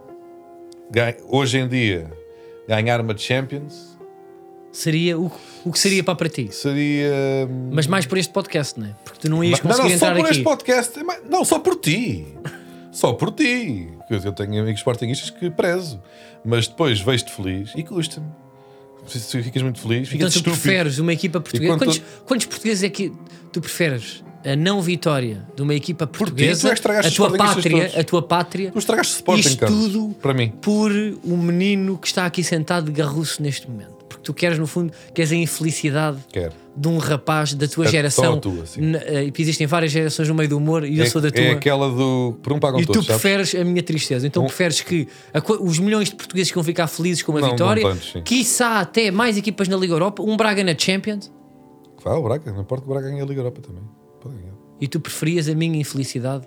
ganha- hoje em dia ganhar uma Champions Seria o, o que seria para, para ti. seria. Mas mais por este podcast, não é? Porque tu não ias não, conseguir não, só entrar por aqui. este podcast. Mas- Não, só por ti. Só por ti. Eu tenho amigos sportinguistas que prezo. Mas depois vejo-te feliz e custa-me. Se se ficas muito feliz, Então ficas tu estúpido. preferes uma equipa portuguesa. quando Quantos, quantos portugueses é que tu preferes? A não vitória de uma equipa ti, tu portuguesa, é que estragaste a os tua sportinguistas pátria, todos. a tua pátria, Tu estragaste o Sporting, isto Carlos, tudo para mim. por um menino que está aqui sentado de garruço neste momento. Porque tu queres, no fundo, queres a infelicidade Quero. de um rapaz da tua É só geração. a tua, sim. Na- eh, e existem várias gerações no meio do humor e eu É, sou da tua. é aquela do. Por um pagam E tu todos, sabes? preferes a minha tristeza. Então Um- preferes que a co- os milhões de portugueses que vão ficar felizes com uma Não, vitória, não tantos, sim. quiçá até mais equipas na Liga Europa, um Braga na Champions, Vá, o Braga, não importa que o Braga ganhe a Liga Europa também. Pode ganhar. e tu preferias a minha infelicidade?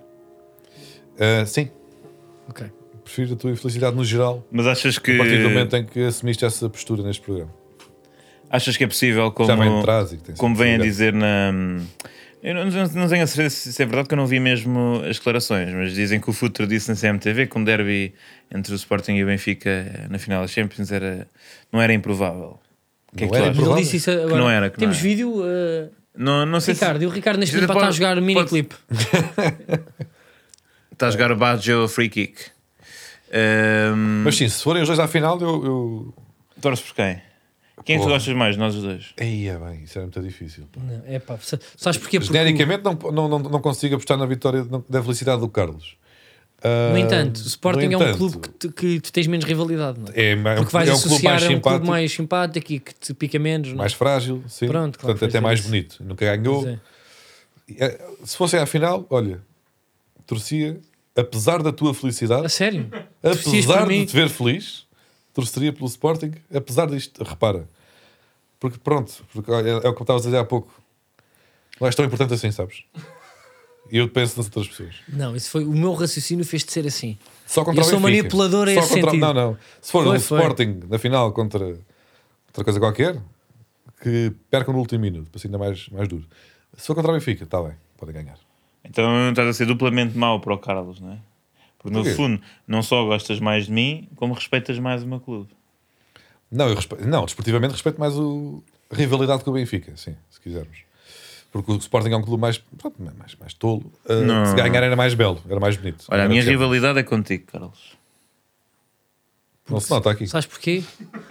Ah, sim, Ok. prefiro a tua infelicidade no geral. Mas achas que. A partir do momento em que assumiste essa postura neste programa. Achas que é possível, como, Já vem de trás e que tem como sempre vêm a lugar. dizer na, Eu não, não, não tenho a certeza se é verdade, que eu não vi mesmo as declarações, mas dizem que o Futre disse na C M T V que um derby entre o Sporting e o Benfica na final da Champions era, não era improvável. O que é que tu era achas? Mas ele Provável. disse isso agora. Que não era, que Temos não era. vídeo. uh, Não, não sei Ricardo, se e o Ricardo neste Pode- momento está a pode- jogar pode- miniclip. está a jogar o Baggio Free Kick. Um, Mas sim, se forem os dois à final, eu. eu... torce por quem? Quem é que tu Porra. gostas mais, nós os dois? Aí é bem, isso era muito difícil. Pá. Não, é pá, sa- sabes porquê? Porque, Genericamente, não, não, não, não consigo apostar na vitória da felicidade do Carlos. no Ah, entanto, o Sporting no é um entanto, clube que, tu- que tu tens menos rivalidade, não é? É, é, Porque vais é um clube associar mais a um simpático, clube mais simpático e que te pica menos, não é? mais frágil, sim. Pronto, claro, Portanto, foi até mais isso. bonito. Nunca ganhou. Pois é. É, Se fossem à final, olha, torcia, apesar da tua felicidade, A sério? Torcias apesar por mim? de te ver feliz, torceria pelo Sporting, apesar disto, repara. Porque pronto, porque, olha, é o que eu estava a dizer há pouco. Não és tão importante assim, sabes? E eu penso nas outras pessoas. Não, isso foi o meu raciocínio, fez de ser assim. Só contra Eu o sou Benfica. manipulador a Só esse contra... sentido. Não, não. Se for Foi, um foi. Sporting na final contra outra coisa qualquer, que percam no último minuto, para ser ainda mais, mais duro. Se for contra o Benfica, está bem, podem ganhar. Então estás a ser duplamente mau para o Carlos, não é? Porque no Porquê? fundo, não só gostas mais de mim, como respeitas mais o meu clube. Não, eu respe... não, desportivamente respeito mais o... a rivalidade com o Benfica, sim, se quisermos. Porque o Sporting é um clube mais, pronto, mais, mais tolo. Uh, Não. se ganhar era mais belo, era mais bonito. Olha, a Era minha sempre. rivalidade é contigo, Carlos. Não se nota aqui. Sabes porquê?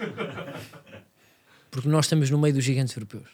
Porque nós estamos no meio dos gigantes europeus.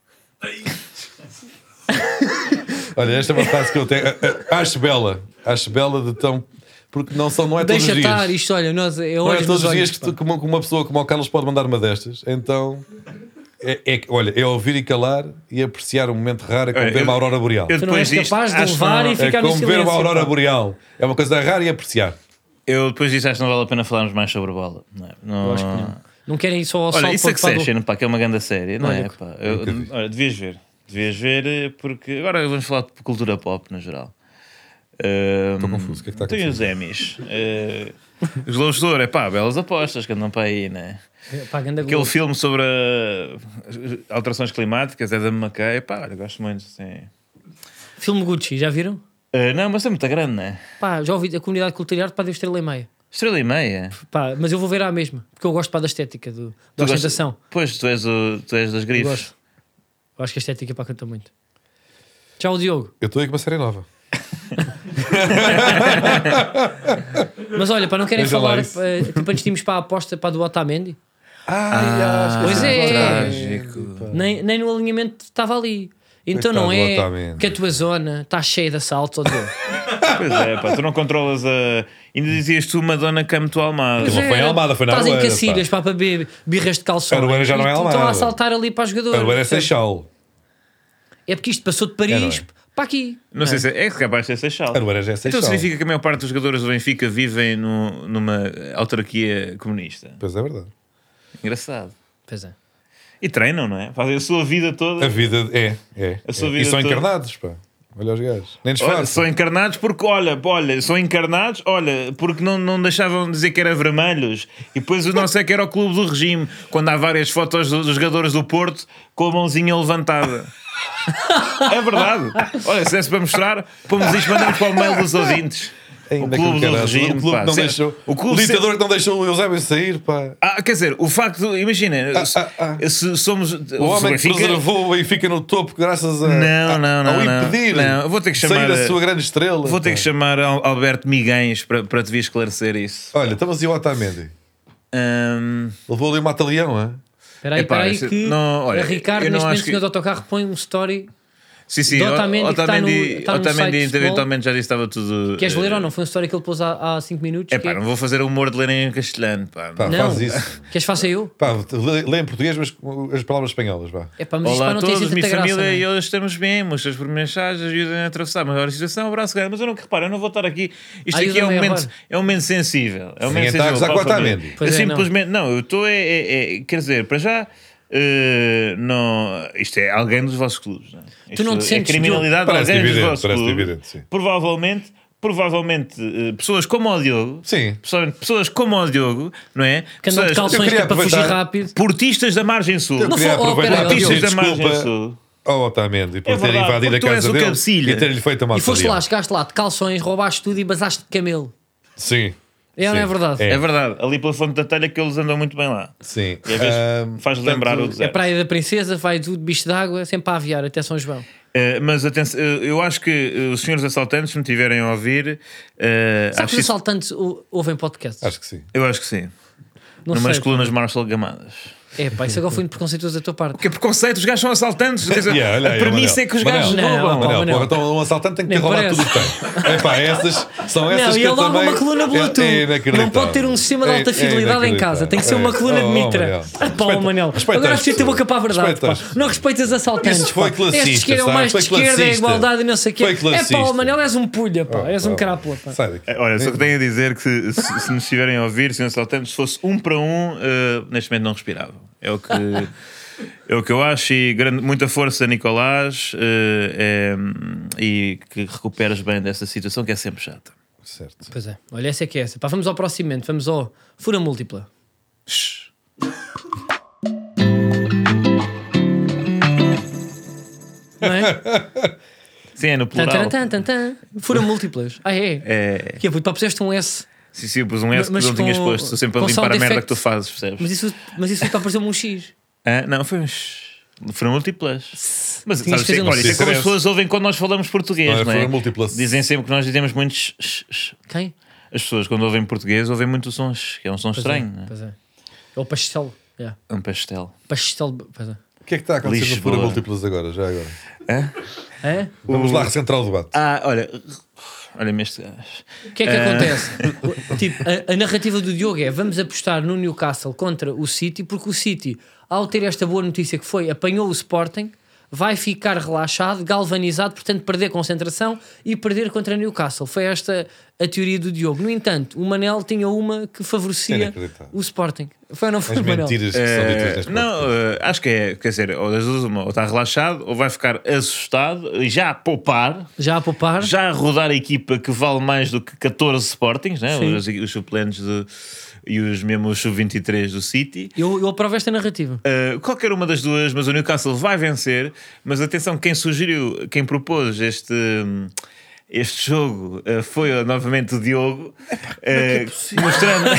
Olha, esta é uma frase que eu tenho. Acho bela. Acho bela de tão. Porque não, são, não é todos Deixa os dias. estar isto, olha, nós, é Não é olhos todos nos os dias olhos, que, tu- pá. que uma, que uma pessoa como o Carlos pode mandar uma destas. Então, é, é, olha, é ouvir e calar e apreciar um momento raro. É como Olha, ver eu- uma aurora boreal. eu Tu não és depois disto, capaz de acho que levar não- e É ficar no como ver silêncio. uma aurora pá. boreal. É uma coisa rara e apreciar. Eu depois disso acho que não vale a pena falarmos mais sobre bola. Não, é? Não- Eu acho que não. Não querem ir só ao Olha, sol isso para- é que para do- Session, pá, que é uma grande série, não Olha, é? Pá? Eu- nunca vi. olha, devias ver. Devias ver, eh, porque agora vamos falar de cultura pop no geral. Estou confuso. O que é que está a Tem os acontecer? Emmys. eh, os Globos de Ouro, é pá, belas apostas que andam para aí, né? Pá, ganda Aquele Globo. filme sobre a- alterações climáticas é da McKay, pá, olha, gosto muito, sim. Filme Gucci, já viram? Eh, não, mas é muito grande, né? Pá, já ouvi a comunidade cultural para deu estrela e meia. Estrela e meia. Pá, mas eu vou ver à mesma, porque eu gosto para da estética, do, da Tu ostentação. gostas- Pois, tu és, o, tu és das Eu grifes. gosto. Eu acho que a estética para canta muito. Tchau, Diogo. Eu estou aí com uma série nova. Mas olha, para não querem Veja lá falar, isso. eh, tipo, antes de irmos para a aposta para a do Otamendi, Ah, pois é. Trágico. nem, nem no alinhamento estava ali. Então Coitado não do é Otamendi. que a tua zona está cheia de assaltos, ó Diogo. Pois é, pá, tu não controlas a. Ainda dizias tu Madonna Campo Almada. Mas não foi em Almada, foi na Estás em Arueira, Cacilhas pá. para beber birras de calção. Arueira já não é Estão a Almada. assaltar ali para os jogadores. Agora é percebes? Seixal. É porque isto passou de É, Paris não é? para aqui. Não sei se é, é capaz de ser Seixal. Arueira já é Então Seixal. significa que a maior parte dos jogadores do Benfica vivem no- numa autarquia comunista. Pois é verdade. Engraçado. Pois é. E treinam, não é? Fazem a sua vida toda. A vida é. é, A sua é. vida E são toda. encarnados, pá. Olha os gajos. Nem Olha, disfarçam. são encarnados porque, olha, olha, são encarnados, olha, porque não, não deixavam de dizer que era vermelhos. E depois o nosso é que era o clube do regime, quando há várias fotos dos jogadores do Porto com a mãozinha levantada. É verdade. Olha, se desse para mostrar, pomos isto, mandamos para o mail dos ouvintes. Ainda o que clube do caralho. regime, O clube pá. não Se- deixou. o O, clube se- ditador que não deixou o Eusébio sair, pá. Ah, quer dizer, o facto, de- imagina, se, ah, ah. se somos O homem que preservou o Benfica no topo graças a, Não, a- não, não, ao não. impedir Não, eu vou ter que chamar sair a- a sua grande estrela. Vou ter pá. que chamar Al- Alberto Miguens para, para te vir esclarecer isso. Olha, estamos e o Otamendi. Hum, Levou ali um mata-leão, hein? Espera aí, Epá, espera aí esse- que não, olha, a Ricardo, eu não neste acho momento, o que- senhor do autocarro, põe um story. sim, sim, Do Otamendi que está Otamendi, no- está no Otamendi site de futebol. eventualmente já disse que estava tudo. Queres ler eh, ou não? Foi um story que ele pôs há cinco minutos. É que pá, não vou fazer o humor de ler em castelhano, pá. Pá, Não. faz isso. Queres faça eu? Pá, lê, lê em português, mas com as palavras espanholas, vá. É pá, mas isto Olá pá, a não tem todos, assim minha tanta graça. família e não é? hoje estamos bem, moças por mensagens ajudem a atravessar a maior situação, abraço grande, mas eu não que reparo, eu não vou estar aqui, isto aqui é um, Ajuda-me momento, agora. é um momento sensível, é um Sim, momento está a sensível gozar para com a o família. Otamendi. Pois Eu é, não. simplesmente, não, eu estou, é, é, é- quer dizer, para já, eh, não, isto é alguém dos vossos clubes, não é? Tu não te Isto é sentes, criminalidade de Parece alguém dos evidente, vossos parece clubes, evidente, sim. provavelmente, provavelmente eh, pessoas como o Diogo, Sim. pessoas, pessoas como o Diogo, não é? Que andam de Pessoas- calções eu queria que é para fugir aproveitar- rápido. portistas da margem sul. Eu Não queria foi- oh, aproveitar peraí, para Diogo, pedir Portistas da margem desculpa sul. ao Otamendi por É ter verdade, invadido a porque tu és casa o dele cabecilha. e ter-lhe feito a E massa foste de lá, leão. chegaste lá de calções, roubaste tudo e basaste de camelo. Sim. É ou não é Sim. verdade? É verdade, ali pela Fonte da Telha que eles andam muito bem lá. Sim. E às vezes Ahm, faz portanto, lembrar o É deserto. Praia da Princesa, vai tudo bicho d'água, sempre a aviar até São João. Uh, mas atenção, uh, eu acho que uh, os senhores assaltantes, se me tiverem a ouvir, uh, Sabe acho que os isso- assaltantes ou- ouvem podcasts? Acho que sim. eu acho que sim. Não Numas sei, colunas pá. Marshall Gamadas. É pá, isso agora foi muito preconceituoso da tua parte. Que preconceito, os gajos são assaltantes. Quer dizer, Yeah, olha a aí, premissa Manel. é que os Manel. gajos Não, roubam. pá, Manel, Manel. porra, então um assaltante tem que ter Nem roubado parece. tudo o que tem. É pá, essas são essas Não, que e é eu logo também... uma coluna Bluetooth. É, é inacreditável. Não pode ter um sistema de alta É- é fidelidade em casa. Tem que ser uma coluna de Oh, mitra. Manel. Ah, pá, Respeita- Manel. respeita Agora as preciso ter boca para a verdade. Respeita Pá. as- Não respeitas assaltantes. Isso foi pá. classista, Estes que eram sabe? mais Foi de esquerda, é classista. igualdade e não sei o quê. Foi É pá, classista. o Manel és um pulha, pá. És um Oh, crápula, pá. Sai daqui. Olha, só que tenho a dizer que se, se, se nos estiverem a ouvir, senhores assaltantes, se fosse um para um, uh, neste momento não respiravam. É o que, é o que eu acho. E grande, muita força, Nicolás, uh, é, e que recuperes bem dessa situação que é sempre chata. Certo. Pois é. Olha, essa é que é essa. Pá, vamos ao próximo momento. Vamos ao Fura Múltipla. Shhh. Não é? Sim, é no Tan, plural. tan, tan, tan, tan. Fura múltiplas. Ah, é? É, Que é, puto, pá, puseste um S. sim, sim, eu pus um S que Mas não tinhas com- posto. Estou sempre a com limpar sound a merda effect. que tu fazes, percebes? Mas isso, mas isso está a parecer um X. Ah, não, foi um shhh. Foram múltiplas. Mas Tinhas sabes, que fazer um olha, isso é como as stress. pessoas ouvem quando nós falamos português, Não é? não é? Foram múltiplas. Dizem sempre que nós dizemos muito shh, shh, shh. Quem? As pessoas quando ouvem português ouvem muito sons, que é um som Pois estranho, é, não é? pois é. É o pastel. Yeah. É um pastel. Pastel. Pois é. O que é que está a acontecer no Lisboa. Fura Múltiplas agora, já agora? É? Vamos lá recentrar o debate. Ah, olha, olha-me este gajo. O que é que acontece? Tipo, a, a narrativa do Diogo é: vamos apostar no Newcastle contra o City, porque o City, ao ter esta boa notícia que foi, apanhou o Sporting, vai ficar relaxado, galvanizado, portanto, perder concentração e perder contra o Newcastle. Foi esta a teoria do Diogo. No entanto, o Manel tinha uma que favorecia Inacreditável. o Sporting. Foi ou não foi, As Manel? mentiras que são ditas neste Não, podcast. eh, acho que é, quer dizer, ou das duas uma, ou está relaxado, ou vai ficar assustado e já a poupar, Já a poupar? já a rodar a equipa que vale mais do que catorze Sportings, né? Sim. os, os suplentes de, e os mesmo os sub vinte e três do City. Eu, eu aprovo esta narrativa. Uh, qualquer uma das duas, mas o Newcastle vai vencer. Mas atenção, quem sugeriu, quem propôs este, este jogo uh, foi uh, novamente o Diogo, uh, mostrando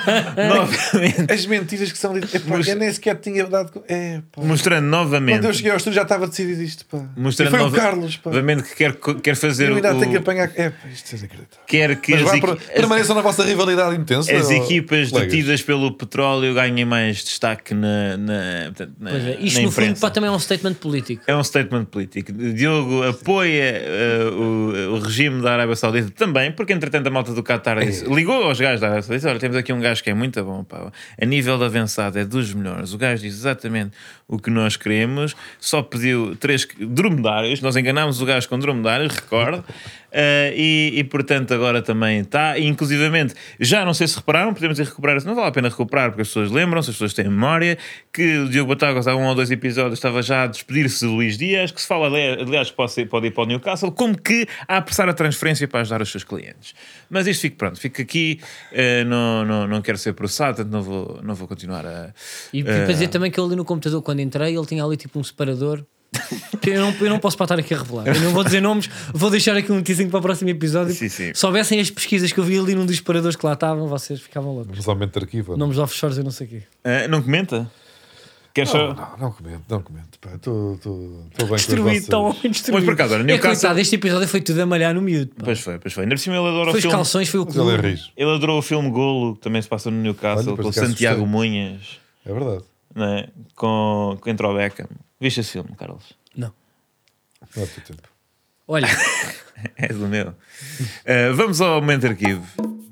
novamente, As mentiras que são ditas. Epá, Mas- eu nem sequer tinha dado. co- É, pá. mostrando novamente, Quando eu cheguei ao estúdio já estava decidido isto. Pá. E mostrando foi o nova- Carlos. Pá. novamente que quer, quer fazer Eu ainda o, tenho que apanhar. É, pá, isto é desacreditável. quer que Mas as, vá, equi- per- as- permaneçam na vossa rivalidade intensa. as ou- equipas colegas? detidas pelo petróleo ganhem mais destaque na, na, portanto, na, Pois é. Isto, na no fundo, imprensa. pá, também é um statement político. É um statement político. Diogo apoia uh, o, o regime da Arábia Saudita também, porque entretanto a malta do Qatar disse, ligou aos gajos da Arábia Saudita: olha, temos aqui um gajo que é muito bom, pá. A nível de avançado é dos melhores. O gajo diz exatamente o que nós queremos, só pediu três dromedários, nós enganámos o gajo com dromedários, recordo. Uh, e, e portanto agora também está, e inclusivamente já não sei se repararam, podemos ir recuperar, não vale a pena recuperar porque as pessoas lembram-se, as pessoas têm memória que o Diogo Batáguas há um ou dois episódios estava já a despedir-se de Luís Dias, que se fala aliás que pode, ser, pode ir para o Newcastle, como que a apressar a transferência para ajudar os seus clientes. Mas isto fica pronto, fica aqui, uh, não, não, não quero ser processado, portanto não vou, não vou continuar a... E uh, para dizer também que ele ali no computador, quando entrei, ele tinha ali tipo um separador. Que eu, não, eu não posso para estar aqui a revelar. Eu não vou dizer nomes, vou deixar aqui um teasing para o próximo episódio. Sim, sim. Se soubessem as pesquisas que eu vi ali num dos separadores que lá estavam, vocês ficavam loucos. Mas aumento de arquivo. não? Nomes de offshores e não sei o quê. Uh, não comenta? Queres Não, só... não, não comento, não comento. Pá, Estou bem com as Destruído, tão vossas... homem destruído. Mas por acaso, olha, é Newcastle- coitado, este episódio foi tudo a malhar no miúdo. Pá. Pois foi, pois foi. Ainda por cima ele adora Foi o os filme. calções, foi o Mas ele é clube. rijo. Ele adorou o filme Golo, que também se passa no Newcastle, Olha, por com o acaso Santiago gostei. Munhas, É verdade. não é? com, com entra o Beckham. Viste esse filme, Carlos? Não. Não é do teu tempo. Olha, É do meu. Uh, vamos ao momento arquivo.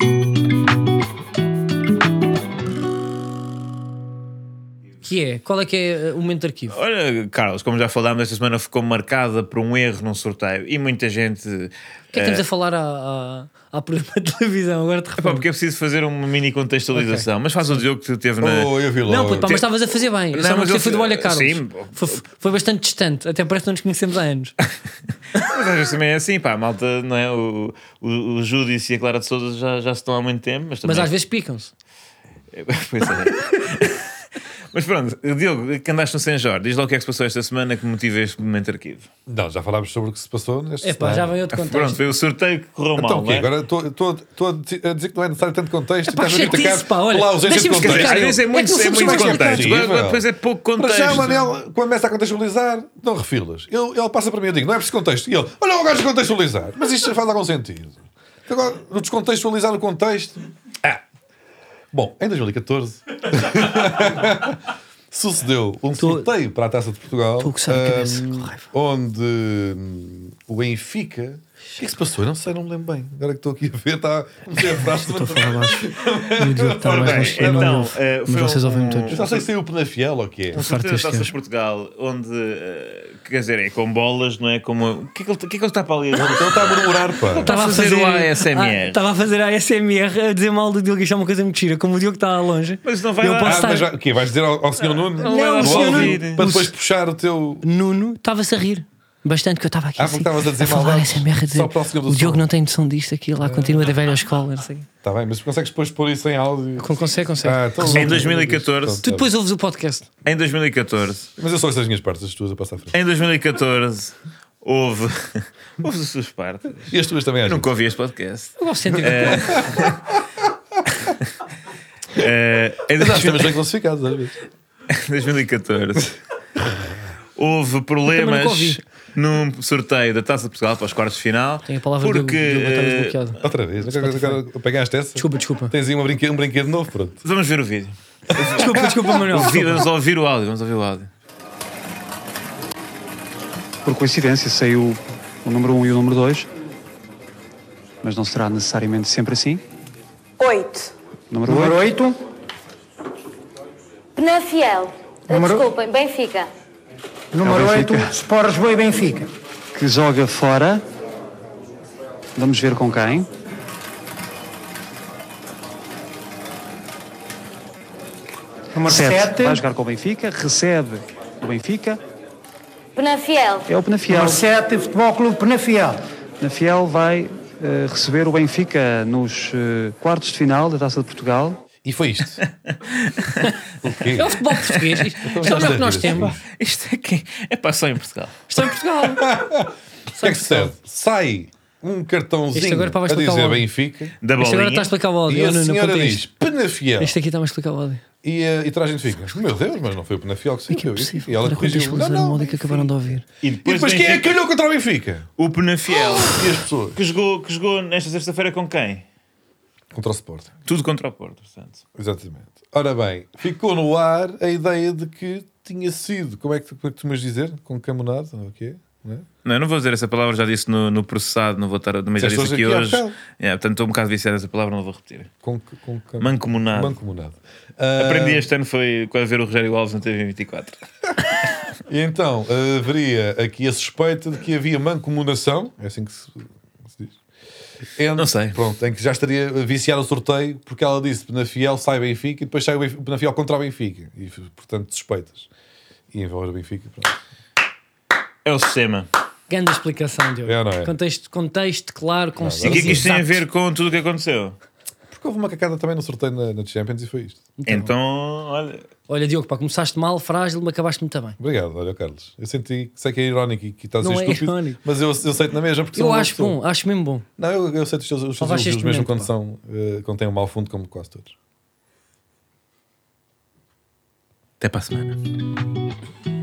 que é? Qual é que é uh, o momento de arquivo? Olha, Carlos, como já falámos, esta semana ficou marcada por um erro num sorteio e muita gente. O que é que estamos a falar à, à, à programa de televisão? Agora de Pá, repente. porque é preciso fazer uma mini contextualização. Mas faz o Diogo que teve na. Oh, eu vi logo. Não, puto, pá, mas estavas a fazer bem. Eu Não, só não mas gostei eu foi do fi- Olha Carlos. Sim. Foi, foi bastante distante. Até parece que não nos conhecemos há anos. Mas às vezes também é assim, pá, a malta, não é? O, o, o Júdice e a Clara de Souza já, já se estão há muito tempo, mas também. Mas às vezes picam-se. Pois é. Mas pronto, Diogo, que andaste no São Jorge, diz lá o que é que se passou esta semana que motiva este momento de arquivo. Não, já falámos sobre o que se passou neste É pá, já vem outro Pronto, contexto. foi o sorteio que correu Então mal. o quê? Não é? Agora estou a dizer que não é necessário tanto contexto. Epá, estás a chatice, criticar pá, olha, pela ausência de deixa-me contexto. explicar. Às vezes é É muito, que não é somos muito mais contexto, criativos. agora depois é pouco Para contexto. já, Manel, começa a contextualizar, não refilas. Ele, ele passa para mim e eu digo, não é preciso contexto. E ele, olha o gajo contextualizar. Mas isto faz algum sentido. Agora, no descontextualizar o contexto... Ah. Bom, em dois mil e catorze... sucedeu um Tô- sorteio para a Taça de Portugal, Tô a coçar a cabeça, hum, com raiva. onde hum, o Benfica. O que é que se passou? Eu não sei, não me lembro bem. Agora que estou aqui a ver, está. Comecei a frase. Estou a falar baixo. E o Diogo está Ora mais bem, longe. Eu não então, ouvo, eh, mas foi vocês um- ouvem-me Eu todos. já sei se é o Penafiel ou o que é. Um sorteio da deste Taças ano. de Portugal, onde, eh, quer dizer, é com bolas, não é? Como, o que é que ele, o que é que ele está para ali? Então está a murmurar, pá. Estava a fazer o A S M R. Ah, Estava a fazer a A S M R a dizer mal do Diogo, isto é uma coisa muito gira. Como o Diogo está longe, Mas não vai eu lá. posso Ah, estar. mas já- o quê? Vais dizer ao, ao senhor Nuno? Não, não, Do o senhor áudio, Nuno- para o depois puxar o teu. Nuno estava-se a rir. Bastante que eu estava aqui Ah, assim, porque estavas a dizer falar maldades. A S M R, a dizer, Só para o senhor do o Diogo som. não tem noção disto, aqui lá continua da velha escola. Não sei. Está bem, mas consegues depois pôr isso em áudio? Con- Consegue, consegue. Ah, então- Em dois mil e catorze. Tu depois ouves o podcast. Em dois mil e catorze, Mas eu só sei as minhas partes, as tuas a passar à frente. em dois mil e catorze, houve. Houve as suas partes. E as tuas também, às Nunca ouvi este podcast. Eu gosto de sentir. Eh, em vezes. Nós dois mil estamos bem classificados, às vezes. dois mil e catorze houve nunca problemas ouvi. num sorteio da Taça de Portugal para os quartos de final. Tenho a palavra do porque Diogo, Diogo está eh, desbloqueado. Outra vez. Agora, agora apanhaste essa? Desculpa, desculpa. Tens aí um brinquedo, um brinquedo novo, pronto. vamos ver o vídeo. Desculpa, desculpa, Manuel. Ouvi- Vamos ouvir o áudio. Vamos ouvir o áudio. Por coincidência, saiu o número um e o número dois, mas não será necessariamente sempre assim. Oito. Número Número oito, oito, Penafiel. Número- Desculpem, Benfica. número É o oito, Benfica. Sport Lisboa e Benfica. que joga fora. Vamos ver com quem. Número sete, sete, vai jogar com o Benfica, recebe o Benfica. Penafiel. É o Penafiel. número sete, Futebol Clube Penafiel. Penafiel vai eh, receber o Benfica nos eh, quartos de final da Taça de Portugal. E foi isto. O quê? É o futebol português. Isto isto é o melhor que nós temos. Isto é que é para só em Portugal. Isto é em Portugal. O que é que sucede? Sai um cartãozinho Isto agora para a explicar o dizer áudio. Benfica Da Isto agora está a bolinha. explicar o e áudio. a Eu não- não senhora contei diz isto. Penafiel Este aqui está a explicar o áudio. e, eh, e traz a gente fica. Meu Deus, mas não foi o Penafiel que se É que é viu. possível. E ela Para corrigiu. Não, contextualizar o não. áudio que acabaram de ouvir. E E depois, depois quem é Benfica- que olhou contra o Benfica? O Penafiel. E as pessoas? Que jogou, que jogou nesta sexta-feira com quem? Contra o Sporting. Tudo contra o Porto, portanto. Exatamente. Ora bem, ficou no ar a ideia de que tinha sido, como é que tu, como é que tu me dizer? Com camonado, ou o quê? Não é? Não, eu não vou dizer essa palavra, já disse no, no processado, não vou estar, também já Disseste disse aqui hoje hoje. aqui há bocado. Yeah, portanto, estou um bocado viciado nessa palavra, não vou repetir. Com, com, com, Mancomunado. Mancomunado. Ah, Aprendi este ano foi quando ver o Rogério Alves na T V vinte e quatro. E então, haveria aqui a suspeita de que havia mancomunação, é assim que se, se diz. Entre- Não sei. Pronto, em que já estaria viciado o sorteio, porque ela disse Penafiel sai Benfica e depois sai o Benfica- o Penafiel contra o Benfica. E, portanto, suspeitas. E envolver o Benfica, pronto. É o sistema. Grande explicação, Diogo. É ou não é? Contexto, contexto claro, E conciso. o que é que isto tem a exato. ver com tudo o que aconteceu? Porque houve uma cacada também no sorteio na, na Champions e foi isto. Então, olha. Olha, Diogo, pá, começaste mal, frágil, mas acabaste muito bem. Obrigado, olha, Carlos. Eu senti, sei que é irónico e que estás a Não ser é estúpido, irónico. mas eu, eu aceito na mesma porque sou Eu uma acho pessoa. bom, acho mesmo bom. Não, eu, eu aceito os teus, os teus Salvaste elogios este mesmo momento, quando, pá. são, eh, quando têm um mau fundo, como quase todos. Até para a semana.